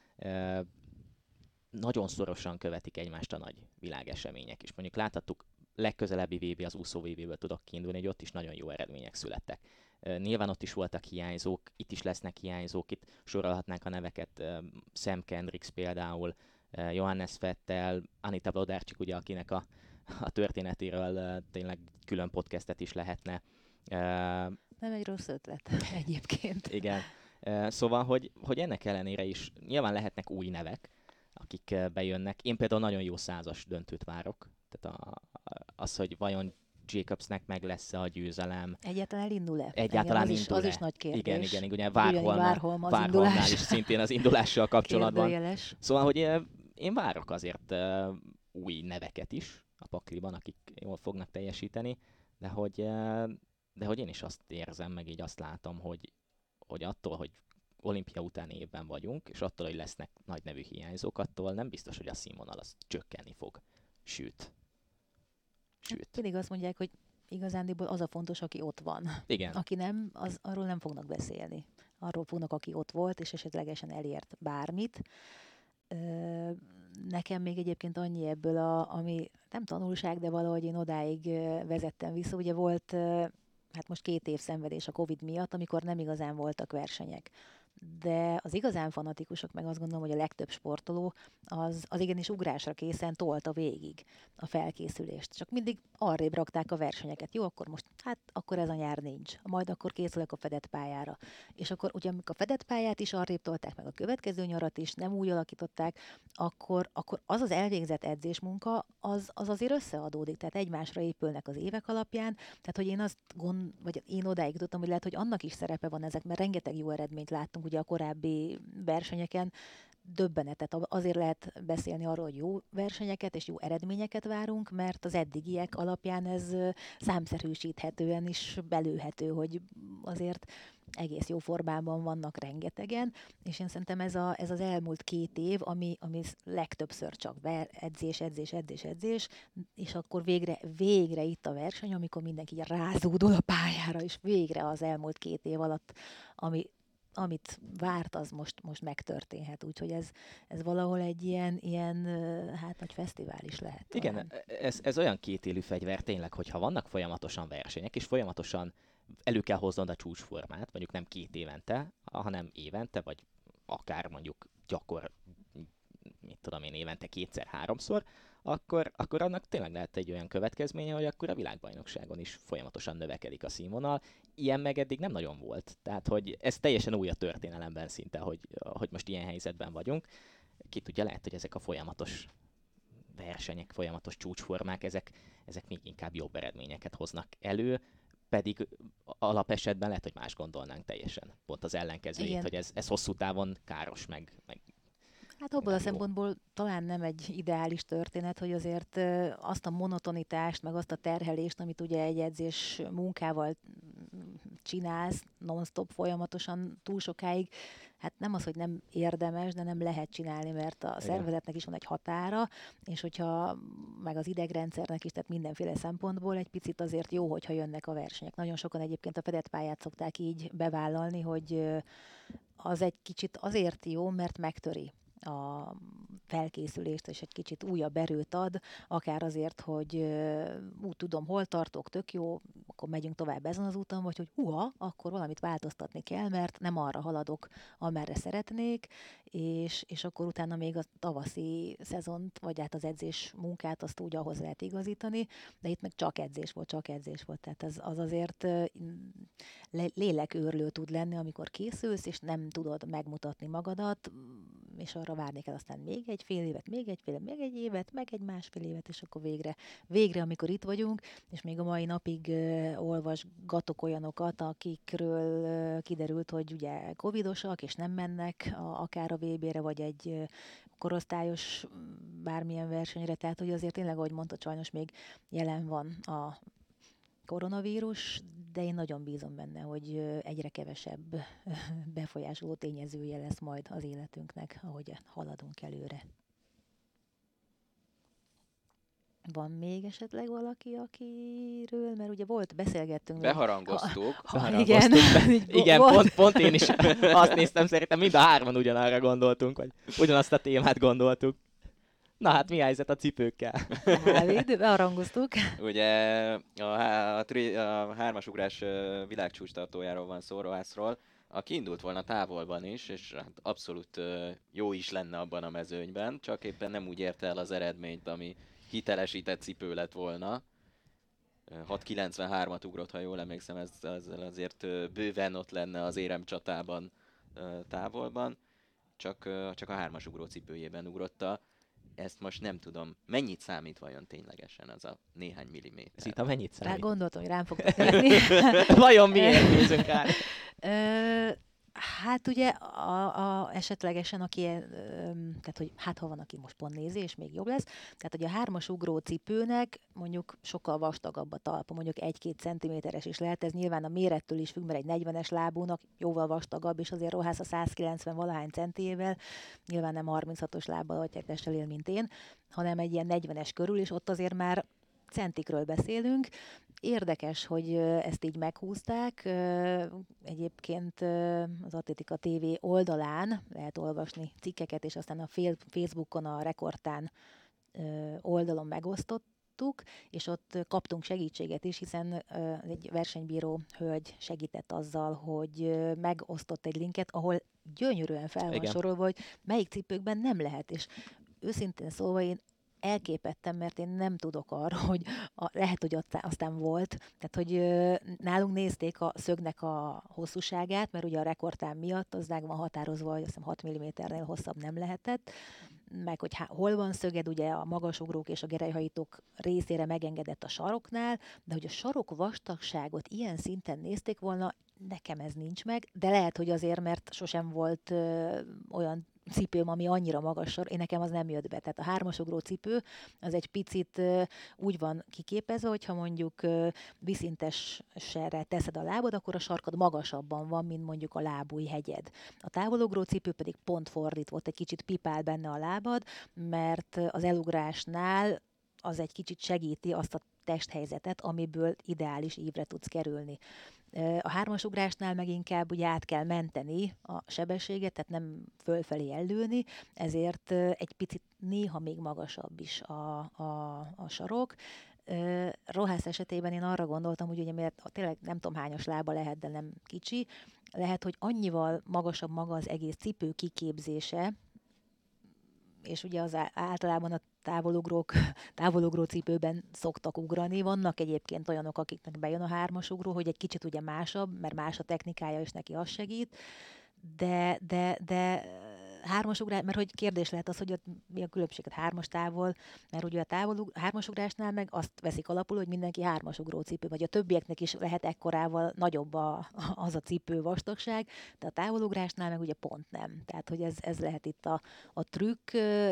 nagyon szorosan követik egymást a nagy világesemények is. Mondjuk láthattuk, legközelebbi VB, az úszó VB-ből tudok kiindulni, hogy ott is nagyon jó eredmények születtek. Nyilván ott is voltak hiányzók, itt is lesznek hiányzók, itt sorolhatnánk a neveket, Sam Kendricks például, Johannes Vettel, Anita Wlodarczyk, ugye, akinek a történetéről tényleg külön podcastet is lehetne. Nem egy rossz ötlet egyébként. Igen. Szóval, hogy ennek ellenére is nyilván lehetnek új nevek, akik bejönnek. Én például nagyon jó 100-as döntőt várok. Tehát az, hogy vajon Jacobsnek meg lesz-e a győzelem. Egyáltalán elindul-e? Egyáltalán az is nagy kérdés. Igen. Ugye Várholmnál is szintén az indulással kapcsolatban. Kérdőjeles. Szóval, hogy én várok azért új neveket is a pakliban, akik jól fognak teljesíteni, de hogy én is azt érzem, meg így azt látom, hogy attól, hogy olimpia utáni évben vagyunk, és attól, hogy lesznek nagy nevű hiányzók, attól nem biztos, hogy a színvonal az csökkenni fog. Sőt. Mindig azt mondják, hogy igazándiból az a fontos, aki ott van. Igen. Aki nem, arról nem fognak beszélni. Arról fognak, aki ott volt, és esetlegesen elért bármit. Nekem még egyébként annyi ebből, ami nem tanulság, de valahogy én odáig vezettem vissza. Ugye volt, hát most 2 év szenvedés a Covid miatt, amikor nem igazán voltak versenyek. De az igazán fanatikusok, meg azt gondolom, hogy a legtöbb sportoló az igenis ugrásra készen tolta végig a felkészülést. Csak mindig arrébb rakták a versenyeket. Jó, akkor ez a nyár nincs. Majd akkor készülök a fedett pályára. És akkor ugye amikor a fedett pályát is arrébb tolták, meg a következő nyarat is nem úgy alakították, akkor az elvégzett edzésmunka az azért összeadódik. Tehát egymásra épülnek az évek alapján. Tehát, hogy én odáig tudtam, hogy lehet, hogy annak is szerepe van ezek, mert rengeteg jó eredményt láttunk ugye a korábbi versenyeken, döbbenetet. Azért lehet beszélni arról, hogy jó versenyeket és jó eredményeket várunk, mert az eddigiek alapján ez számszerűsíthetően is belőhető, hogy azért egész jó formában vannak rengetegen, és én szerintem ez az elmúlt 2 év, ami legtöbbször csak edzés, és akkor végre itt a verseny, amikor mindenki rázódul a pályára, és végre az elmúlt 2 év alatt, amit várt, az most megtörténhet. Úgyhogy ez valahol egy ilyen hát nagy fesztivál is lehet. Igen, talán. ez olyan kétélű fegyver tényleg, hogyha vannak folyamatosan versenyek, és folyamatosan elő kell hoznod a csúcsformát, mondjuk nem 2 évente, hanem évente, vagy akár mondjuk mit tudom én, évente 2-3-szor, akkor annak tényleg lehet egy olyan következménye, hogy akkor a világbajnokságon is folyamatosan növekedik a színvonal. Ilyen meg eddig nem nagyon volt. Tehát, hogy ez teljesen új a történelemben szinte, hogy most ilyen helyzetben vagyunk. Ki tudja, lehet, hogy ezek a folyamatos versenyek, folyamatos csúcsformák, ezek még inkább jobb eredményeket hoznak elő, pedig alapesetben lehet, hogy más gondolnánk teljesen. Pont az ellenkezőjét, Igen. hogy ez hosszú távon káros, meg Hát abból a nem jó. szempontból talán nem egy ideális történet, hogy azért azt a monotonitást, meg azt a terhelést, amit ugye egy edzés munkával csinálsz, non-stop folyamatosan túl sokáig, hát nem az, hogy nem érdemes, de nem lehet csinálni, mert a szervezetnek is van egy határa, és hogyha meg az idegrendszernek is, tehát mindenféle szempontból egy picit azért jó, hogyha jönnek a versenyek. Nagyon sokan egyébként a fedett pályát szokták így bevállalni, hogy az egy kicsit azért jó, mert megtöri a felkészülést, és egy kicsit újabb erőt ad, akár azért, hogy úgy tudom, hol tartok, tök jó, akkor megyünk tovább ezen az úton, vagy hogy akkor valamit változtatni kell, mert nem arra haladok, amerre szeretnék, és akkor utána még a tavaszi szezont, vagy hát az edzés munkát, azt úgy ahhoz lehet igazítani, de itt meg csak edzés volt, tehát az azért lélekőrlő tud lenni, amikor készülsz, és nem tudod megmutatni magadat, és arra várni kell aztán még egy fél évet, még egy évet, meg egy másfél évet, és akkor végre, amikor itt vagyunk, és még a mai napig olvasgatok olyanokat, akikről kiderült, hogy ugye covidosak, és nem mennek akár a VB-re, vagy egy korosztályos bármilyen versenyre, tehát hogy azért tényleg, ahogy mondtad, sajnos még jelen van a koronavírus, de én nagyon bízom benne, hogy egyre kevesebb befolyásoló tényezője lesz majd az életünknek, ahogy haladunk előre. Van még esetleg valaki, akiről, mert ugye beszélgettünk. Beharangoztuk. Igen, Igen, pont én is azt néztem, szerintem mind a 3 ugyanarra gondoltunk, vagy ugyanazt a témát gondoltuk. Na hát mi a helyzet a cipőkkel? Dávid, beharangoztuk. Ugye a 3-as ugrás világcsúcstartójáról van szó, Rohászról, aki indult volna távolban is, és hát abszolút jó is lenne abban a mezőnyben, csak éppen nem úgy érte el az eredményt, ami hitelesített cipő lett volna. 6.93-at ugrott, ha jól emlékszem, ezzel azért bőven ott lenne az éremcsatában távolban, csak a 3-as ugró cipőjében ugrotta. Ezt most nem tudom, mennyit számít vajon ténylegesen az a néhány milliméter? Szita, mennyit számít? Gondoltam, hogy rám fogtok tenni. Vajon miért nézünk rá? Hát ugye esetlegesen, aki, tehát hogy hát ha van, aki most pont nézi, és még jobb lesz, tehát hogy a 3-as ugró cipőnek mondjuk sokkal vastagabb a talpa, mondjuk 1-2 centiméteres is lehet, ez nyilván a mérettől is függ, mert egy 40-es lábúnak jóval vastagabb, és azért Rohász a 190 valahány centiével, nyilván nem 36-os lábbal vagy testtel él, mint én, hanem egy ilyen 40-es körül, és ott azért már centikről beszélünk. Érdekes, hogy ezt így meghúzták. Egyébként az Atlétika TV oldalán lehet olvasni cikkeket, és aztán a Facebookon, a Rekordtán oldalon megosztottuk, és ott kaptunk segítséget is, hiszen egy versenybíró hölgy segített azzal, hogy megosztott egy linket, ahol gyönyörűen fel van sorolva, hogy melyik cipőkben nem lehet, és őszintén szólva én elképettem, mert én nem tudok arra, hogy lehet, hogy aztán volt, tehát hogy nálunk nézték a szögnek a hosszúságát, mert ugye a rekordtám miatt az meg van határozva, hogy azt hiszem 6 mm-nél hosszabb nem lehetett, meg hogy hol van szöged, ugye a magasugrók és a gerelyhajítók részére megengedett a saroknál, de hogy a sarok vastagságot ilyen szinten nézték volna, nekem ez nincs meg, de lehet, hogy azért, mert sosem volt olyan cipőm, ami annyira magas, én nekem az nem jött be. Tehát a 3-as ugró cipő az egy picit úgy van kiképezve, hogyha mondjuk viszintesre teszed a lábad, akkor a sarkad magasabban van, mint mondjuk a lábújhegyed. A távolugró cipő pedig pont fordítva, ott egy kicsit pipál benne a lábad, mert az elugrásnál az egy kicsit segíti azt a testhelyzetet, amiből ideális ívre tudsz kerülni. A hármasugrásnál meg inkább ugye át kell menteni a sebességet, tehát nem fölfelé ellőni, ezért egy picit néha még magasabb is a sarok. Rohász esetében én arra gondoltam, hogy ugye miért tényleg nem tudom hányas lába lehet, de nem kicsi, lehet, hogy annyival magasabb maga az egész cipő kiképzése, és ugye az általában a távolugró cipőben szoktak ugrani. Vannak egyébként olyanok, akiknek bejön a hármasugró, hogy egy kicsit ugye másabb, mert más a technikája, és neki az segít, de hármasugrás, mert hogy kérdés lehet az, hogy ott mi a különbség a hármas távol, mert ugye a hármasugrásnál meg azt veszik alapul, hogy mindenki hármasugró cipő, vagy a többieknek is lehet ekkorával nagyobb az a cipő vastagság, de a távolugrásnál meg ugye pont nem. Tehát, hogy ez lehet itt a trükk,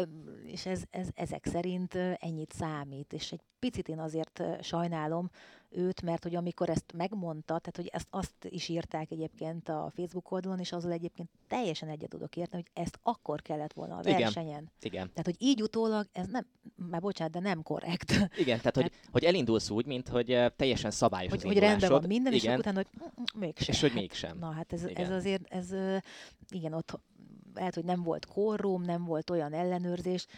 és ezek szerint ennyit számít, és egy picit én azért sajnálom őt, mert hogy amikor ezt megmondta, tehát hogy azt is írták egyébként a Facebook oldalon, és azzal egyébként teljesen egyet tudok érteni, hogy ezt akkor kellett volna a versenyen. Igen. Tehát, hogy így utólag, ez nem, már bocsánat, de nem korrekt. Igen, tehát hogy elindulsz úgy, mint hogy teljesen szabályos az hogy rendben van minden, igen. és utána, hogy mégsem. És hogy mégsem. Na hát ez azért, igen, ott lehet, hogy nem volt quorum, nem volt olyan ellenőrzés,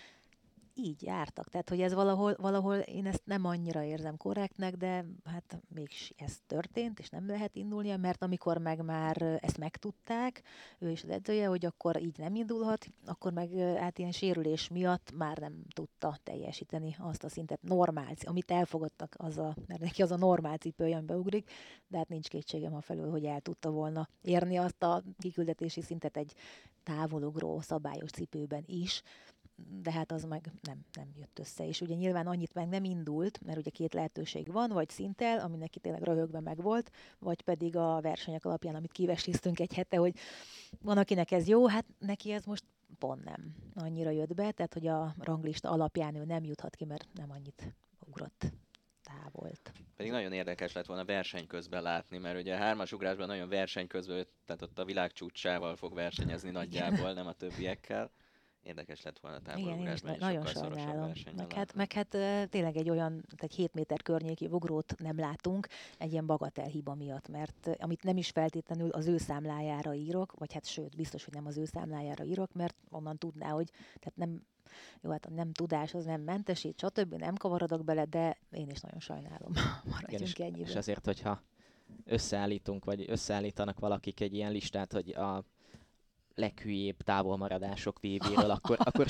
így jártak. Tehát, hogy ez valahol én ezt nem annyira érzem korrektnek, de hát mégis ez történt, és nem lehet indulnia, mert amikor meg már ezt megtudták, ő is az edzője, hogy akkor így nem indulhat, akkor meg hát ilyen sérülés miatt már nem tudta teljesíteni azt a szintet normál, amit elfogadtak, mert neki az a normál cipője, amiben ugrik, de hát nincs kétségem afelől, hogy el tudta volna érni azt a kiküldetési szintet egy távolugró szabályos cipőben is, de hát az meg nem jött össze. És ugye nyilván annyit meg nem indult, mert ugye két lehetőség van, vagy szinttel, ami neki tényleg röhögve megvolt, vagy pedig a versenyek alapján, amit kiveséztünk egy hete, hogy van, akinek ez jó, hát neki ez most pont nem annyira jött be, tehát hogy a ranglista alapján ő nem juthat ki, mert nem annyit ugrott távolt. Pedig nagyon érdekes lett volna verseny közben látni, mert ugye a hármas ugrásban nagyon verseny közben, tehát ott a világ csúcsával fog versenyezni nagyjából, nem a többiekkel. Érdekes lett volna a távolugrásban, és nagyon sokkal szorosabb sajnálom. versenyen Meg hát tényleg egy olyan, egy 7 méter környéki ugrót nem látunk egy ilyen bagatel hiba miatt, mert amit nem is feltétlenül az ő számlájára írok, vagy hát sőt, biztos, hogy nem az ő számlájára írok, mert onnan tudná, hogy tehát nem, jó, hát a nem tudás az nem mentesít, stb. Nem kavarodok bele, de én is nagyon sajnálom. Maradjunk ennyiben. És azért, hogyha összeállítunk, vagy összeállítanak valakik egy ilyen listát, hogy a leghülyébb távolmaradások tévéről, akkor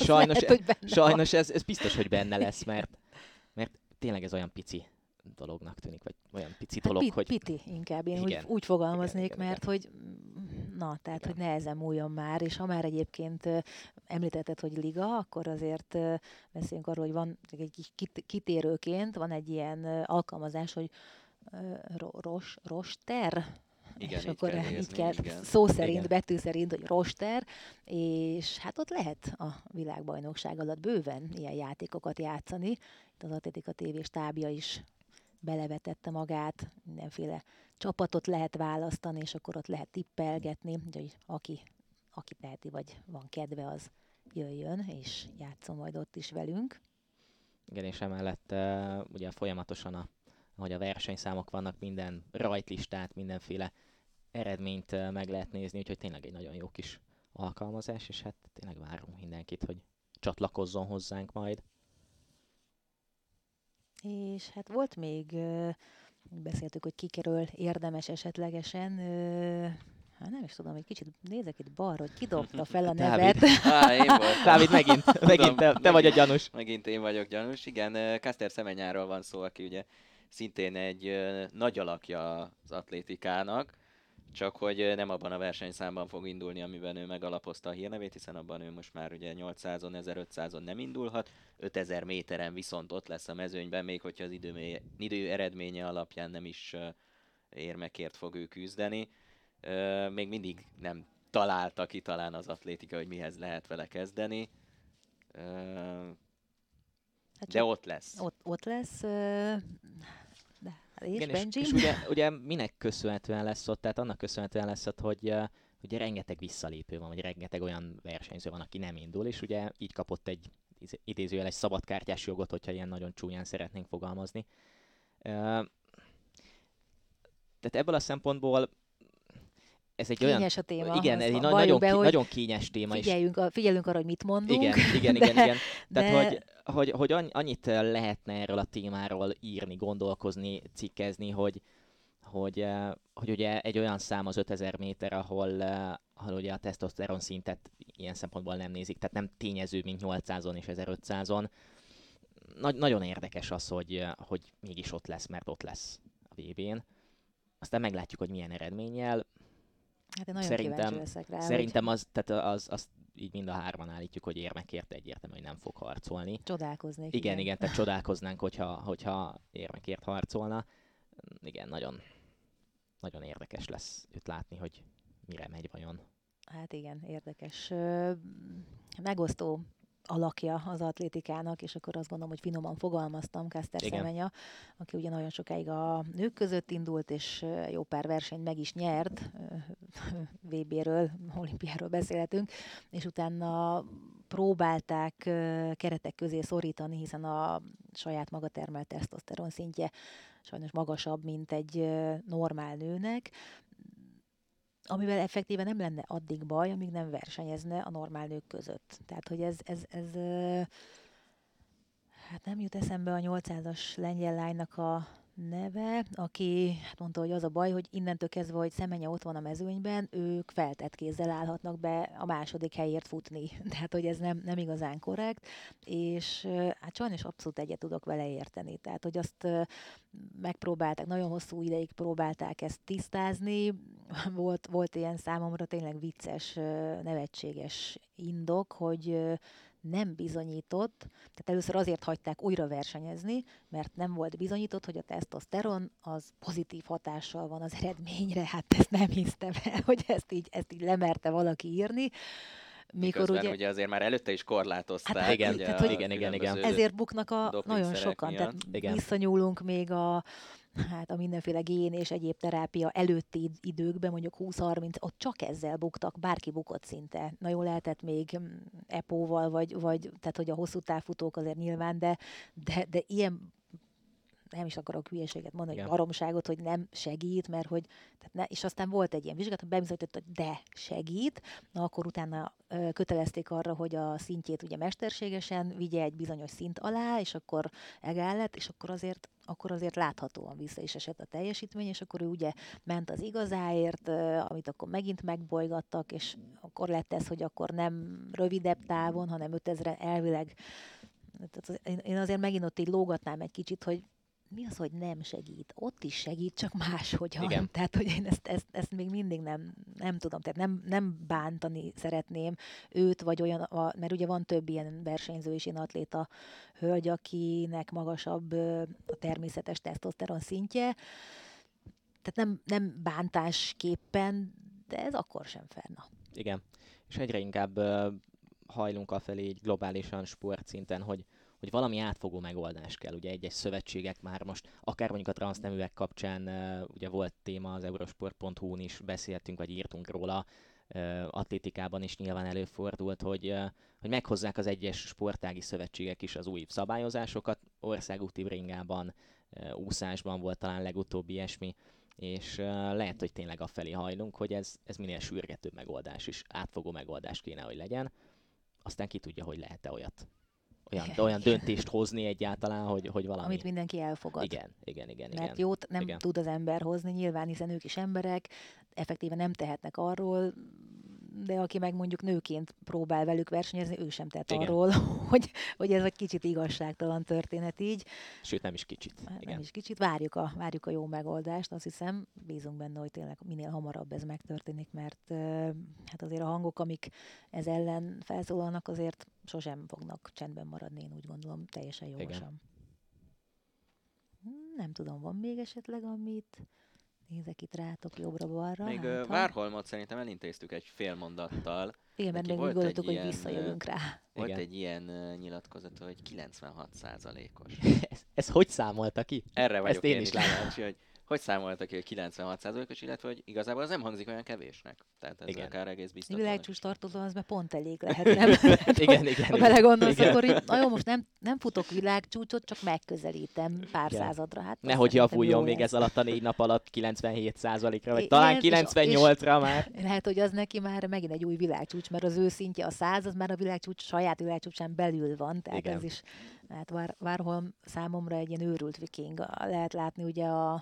sajnos ez biztos, hogy benne lesz, mert tényleg ez olyan pici dolognak tűnik, vagy olyan pici dolog, hogy... Piti inkább, én igen, úgy fogalmaznék, igen, mert hogy tehát, hogy nehezen múljon már, és ha már egyébként említetted, hogy liga, akkor azért beszéljünk arról, hogy van egy kitérőként, van egy ilyen alkalmazás, hogy roster, igen, és akkor így kell igen. szó szerint, betű szerint, hogy roster, és hát ott lehet a világbajnokság alatt bőven ilyen játékokat játszani. Itt az Atlétika TV stábja is belevetette magát, mindenféle csapatot lehet választani, és akkor ott lehet tippelgetni, hogy aki teheti, vagy van kedve, az jöjjön, és játszom majd ott is velünk. Igen, és emellett ugye folyamatosan, ahogy a versenyszámok vannak, minden rajtlistát, mindenféle eredményt meg lehet nézni, úgyhogy tényleg egy nagyon jó kis alkalmazás, és hát tényleg várunk mindenkit, hogy csatlakozzon hozzánk majd. És hát volt még, beszéltük, hogy kikerül érdemes esetlegesen, hát nem is tudom, egy kicsit nézek itt balra, hogy kidobta fel a nevet. Én voltam. Dávid, megint te vagy a gyanús. Megint én vagyok gyanús, igen. Caster Semenyáról van szó, aki ugye szintén egy nagy alakja az atlétikának, csak hogy nem abban a versenyszámban fog indulni, amiben ő megalapozta a hírnevét, hiszen abban ő most már ugye 800-on, 1500-on nem indulhat, 5000 méteren viszont ott lesz a mezőnyben, még hogyha az idő eredménye alapján nem is érmekért fog ő küzdeni. Még mindig nem találta ki talán az atlétika, hogy mihez lehet vele kezdeni, de ott lesz. Ott lesz. És igen, Benji? és ugye minek köszönhetően lesz ott? Tehát annak köszönhetően lesz ott, hogy ugye rengeteg visszalépő van, vagy rengeteg olyan versenyző van, aki nem indul, és ugye így kapott egy idézőjel egy szabadkártyás jogot, hogyha ilyen nagyon csúnyán szeretnénk fogalmazni. Tehát ebből a szempontból ez egy olyan... Kényes a téma. Igen, ez egy Valljuk nagyon, be, hogy nagyon kényes téma. figyelünk arra, hogy mit mondunk. Igen. De Tehát, hogy annyit lehetne erről a témáról írni, gondolkozni, cikkezni, hogy ugye egy olyan szám az 5000 méter, ahol ugye a tesztoszteron szintet ilyen szempontból nem nézik, tehát nem tényező, mint 800-on és 1500-on. Nagyon érdekes az, hogy mégis ott lesz, mert ott lesz a VB-n. Aztán meglátjuk, hogy milyen eredménnyel. Hát én nagyon kíváncsi leszek rá. Szerintem az így mind a hárman állítjuk, hogy érmekért egyértelmű, hogy nem fog harcolni. Csodálkoznék. Igen, tehát csodálkoznánk, hogyha érmekért harcolna. Igen, nagyon, nagyon érdekes lesz őt látni, hogy mire megy vajon. Hát igen, érdekes. Megosztó alakja az atlétikának, és akkor azt gondolom, hogy finoman fogalmaztam, Caster Semenya, aki ugye nagyon sokáig a nők között indult, és jó pár versenyt meg is nyert, VB-ről, olimpiáról beszélhetünk, és utána próbálták keretek közé szorítani, hiszen a saját maga termelt tesztoszteron szintje sajnos magasabb, mint egy normál nőnek, amivel effektíven nem lenne addig baj, amíg nem versenyezne a normál nők között. Tehát, hogy ez hát nem jut eszembe a 800-as lengyel lánynak a neve, aki hát mondta, hogy az a baj, hogy innentől kezdve, hogy Semenya ott van a mezőnyben, ők feltett kézzel állhatnak be a második helyért futni. Tehát, hogy ez nem igazán korrekt, és hát sajnos abszolút egyet tudok vele érteni. Tehát, hogy azt megpróbálták, nagyon hosszú ideig próbálták ezt tisztázni, volt ilyen számomra tényleg vicces, nevetséges indok, hogy nem bizonyított, tehát először azért hagyták újra versenyezni, mert nem volt bizonyított, hogy a tesztoszteron az pozitív hatással van az eredményre. Hát ezt nem hisztem el, hogy ezt így lemerte valaki írni. Mikor ugye azért már előtte is korlátozták. Hát igen. Ezért buknak nagyon sokan. Tehát visszanyúlunk még a mindenféle gén és egyéb terápia előtti időkben, mondjuk 20-30, ott csak ezzel buktak, bárki bukott szinte. Na jól lehetett még EPO-val, vagy tehát hogy a hosszú távfutók azért nyilván, de ilyen, nem is akarok hülyeséget mondani, hogy baromságot, hogy nem segít, mert hogy, és aztán volt egy ilyen vizsgálat, hogy bebizonyított, hogy de segít, na akkor utána kötelezték arra, hogy a szintjét ugye mesterségesen vigye egy bizonyos szint alá, és akkor egál lett, és akkor azért láthatóan vissza is esett a teljesítmény, és akkor ő ugye ment az igazáért, amit akkor megint megbolygattak, és akkor lett ez, hogy akkor nem rövidebb távon, hanem 5000 elvileg. Én azért megint ott így lógatnám egy kicsit, hogy mi az, hogy nem segít? Ott is segít, csak máshogyan. Igen. Tehát, hogy én ezt még mindig nem tudom. Tehát nem bántani szeretném őt, vagy olyan, mert ugye van több ilyen versenyző és ilyen atléta hölgy, akinek magasabb a természetes tesztoszteron szintje. Tehát nem bántásképpen, de ez akkor sem fenn. Igen. És egyre inkább hajlunk afelé így globálisan sportszinten, hogy valami átfogó megoldás kell. Ugye egyes szövetségek már most, akár mondjuk a transzneműek kapcsán, ugye volt téma az eurosport.hu-n is, beszéltünk, vagy írtunk róla, atlétikában is nyilván előfordult, hogy meghozzák az egyes sportági szövetségek is az új szabályozásokat, országúti bringában, úszásban volt talán legutóbb ilyesmi, és lehet, hogy tényleg afelé hajlunk, hogy ez minél sürgetőbb megoldás is, átfogó megoldás kéne, hogy legyen. Aztán ki tudja, hogy lehet-e olyan döntést hozni egyáltalán, hogy valami... Amit mindenki elfogad. Igen. Mert jót nem tud az ember hozni, nyilván, hiszen ők is emberek, effektíven nem tehetnek arról, de aki meg mondjuk nőként próbál velük versenyezni, ő sem tehet arról, hogy ez egy kicsit igazságtalan történet így. Sőt, nem is kicsit. Nem is kicsit. Várjuk a jó megoldást, azt hiszem, bízunk benne, hogy tényleg minél hamarabb ez megtörténik, mert hát azért a hangok, amik ez ellen felszólalnak, azért sosem fognak csendben maradni, én úgy gondolom, teljesen jogosan. Nem tudom, van még esetleg, amit... Nézek itt rátok jobbra-balra. Még Várholmot szerintem elintéztük egy fél mondattal. Igen, mert még úgy gondoltuk, hogy visszajövünk rá. Volt egy ilyen nyilatkozat, hogy 96%-os. Ez hogy számolta ki? Erre vagyok én is kíváncsi, hogy számoltak ki, hogy 96%-os, illetve hogy igazából az nem hangzik olyan kevésnek. Tehát ez Igen. akár egész A biztos. világcsúcs tartozó, az már pont elég lehet, nem? Igen. Ha belegondolsz, Igen. akkor így, na jó, most nem futok világcsúcsot, csak megközelítem pár Igen. századra. Hát azt Nehogy szerintem javuljon jó még lesz. ez alatt a 4 nap alatt 97%-ra, vagy Igen, talán és 98-ra már. Lehet, hogy az neki már megint egy új világcsúcs, mert az ő szintje a 100, az már a világcsúcs, saját világcsúcsán belül van, tehát Igen. ez is, hát Warhol számomra egy ilyen őrült viking. Lehet látni ugye a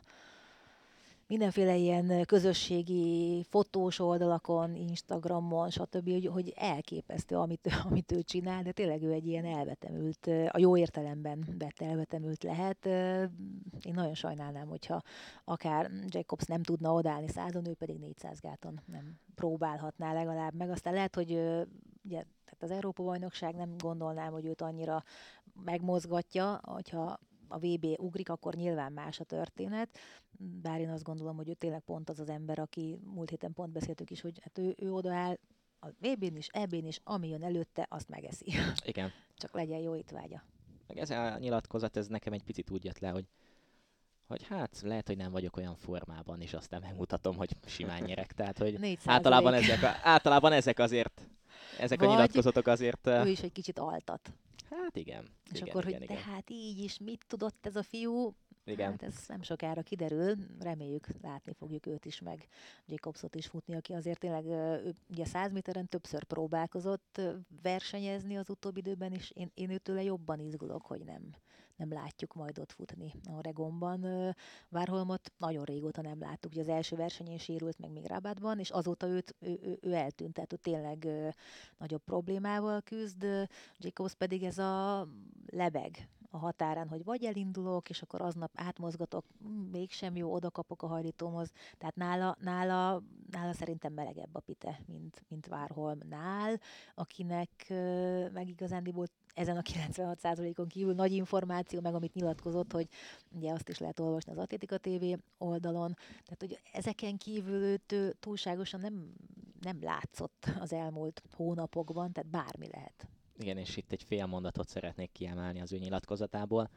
mindenféle ilyen közösségi fotós oldalakon, Instagramon, stb., hogy elképesztő, amit ő csinál, de tényleg ő egy ilyen elvetemült, a jó értelemben vett elvetemült lehet. Én nagyon sajnálnám, hogyha akár Jacobs nem tudna odállni 100-on, ő pedig 400 gáton nem próbálhatná legalább meg. Aztán lehet, hogy ugye, tehát az Európa-bajnokság nem gondolnám, hogy őt annyira megmozgatja, hogyha a VB ugrik, akkor nyilván más a történet, bár én azt gondolom, hogy ő tényleg pont az az ember, aki múlt héten pont beszéltük is, hogy hát ő odaáll a VB-n is, EB-n is, ami jön előtte, azt megeszi. Igen. Csak legyen jó étvágya. Meg ez a nyilatkozat, ez nekem egy picit úgy jött le, hogy hát lehet, hogy nem vagyok olyan formában, és aztán megmutatom, hogy simán nyerek. Tehát, hogy 4%. általában ezek azért, ezek a Vagy nyilatkozatok azért... Ő is egy kicsit altat. Hát igen. És igen, akkor, igen, hogy igen. tehát így is mit tudott ez a fiú? Igen. Hát ez nem sokára kiderül, reméljük látni fogjuk őt is, meg Jacobsot is futni, aki azért tényleg ő, ugye 100 méteren többször próbálkozott versenyezni az utóbbi időben, és én őtőle jobban izgulok, hogy nem látjuk majd ott futni a Oregonban. Warholmot nagyon régóta nem láttuk, ugye az első versenyén sérült meg még Rabatban, és azóta ő eltűnt, tehát ő tényleg nagyobb problémával küzd, Jacobs pedig ez a lebeg a határán, hogy vagy elindulok, és akkor aznap átmozgatok, mégsem jó, oda kapok a hajlítómhoz. Tehát nála szerintem melegebb a pite, mint Warholmnál, akinek meg igazándiból ezen a 96%-on kívül nagy információ, meg amit nyilatkozott, hogy ugye azt is lehet olvasni az Atlétika TV oldalon, tehát hogy ezeken kívül őt túlságosan nem látszott az elmúlt hónapokban, tehát bármi lehet. Igen, és itt egy fél mondatot szeretnék kiemelni az ő nyilatkozatából.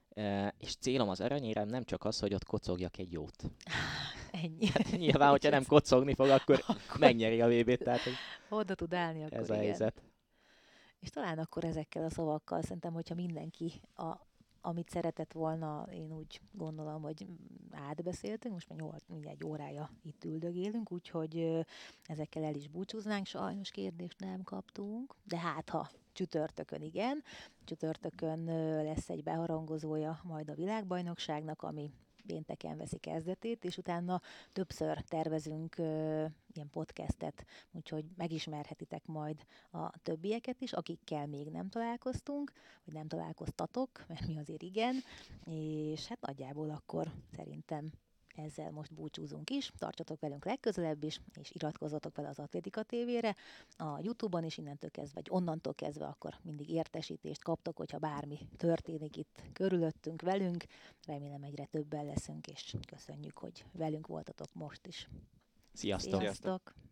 És célom az aranyérem nem csak az, hogy ott kocogjak egy jót. Ennyi. Hát nyilván, hogyha nem kocogni fog, akkor megnyeri a VB-t, tehát hogy oda tud állni, akkor ez a igen. helyzet. És talán akkor ezekkel a szavakkal szerintem, hogyha mindenki amit szeretett volna, én úgy gondolom, hogy átbeszéltünk, most már mindjárt egy órája itt üldögélünk, úgyhogy ezekkel el is búcsúznánk, sajnos kérdést nem kaptunk, de hát ha csütörtökön igen, csütörtökön lesz egy beharangozója majd a világbajnokságnak, ami pénteken veszi kezdetét, és utána többször tervezünk ilyen podcastet, úgyhogy megismerhetitek majd a többieket is, akikkel még nem találkoztunk, vagy nem találkoztatok, mert mi azért igen, és hát nagyjából akkor szerintem ezzel most búcsúzunk is, tartsatok velünk legközelebb is, és iratkozzatok fel az Atlétika TV-re, a YouTube-on is innentől kezdve, vagy onnantól kezdve akkor mindig értesítést kaptok, hogyha bármi történik itt körülöttünk velünk. Remélem egyre többen leszünk, és köszönjük, hogy velünk voltatok most is. Sziasztok! Sziasztok.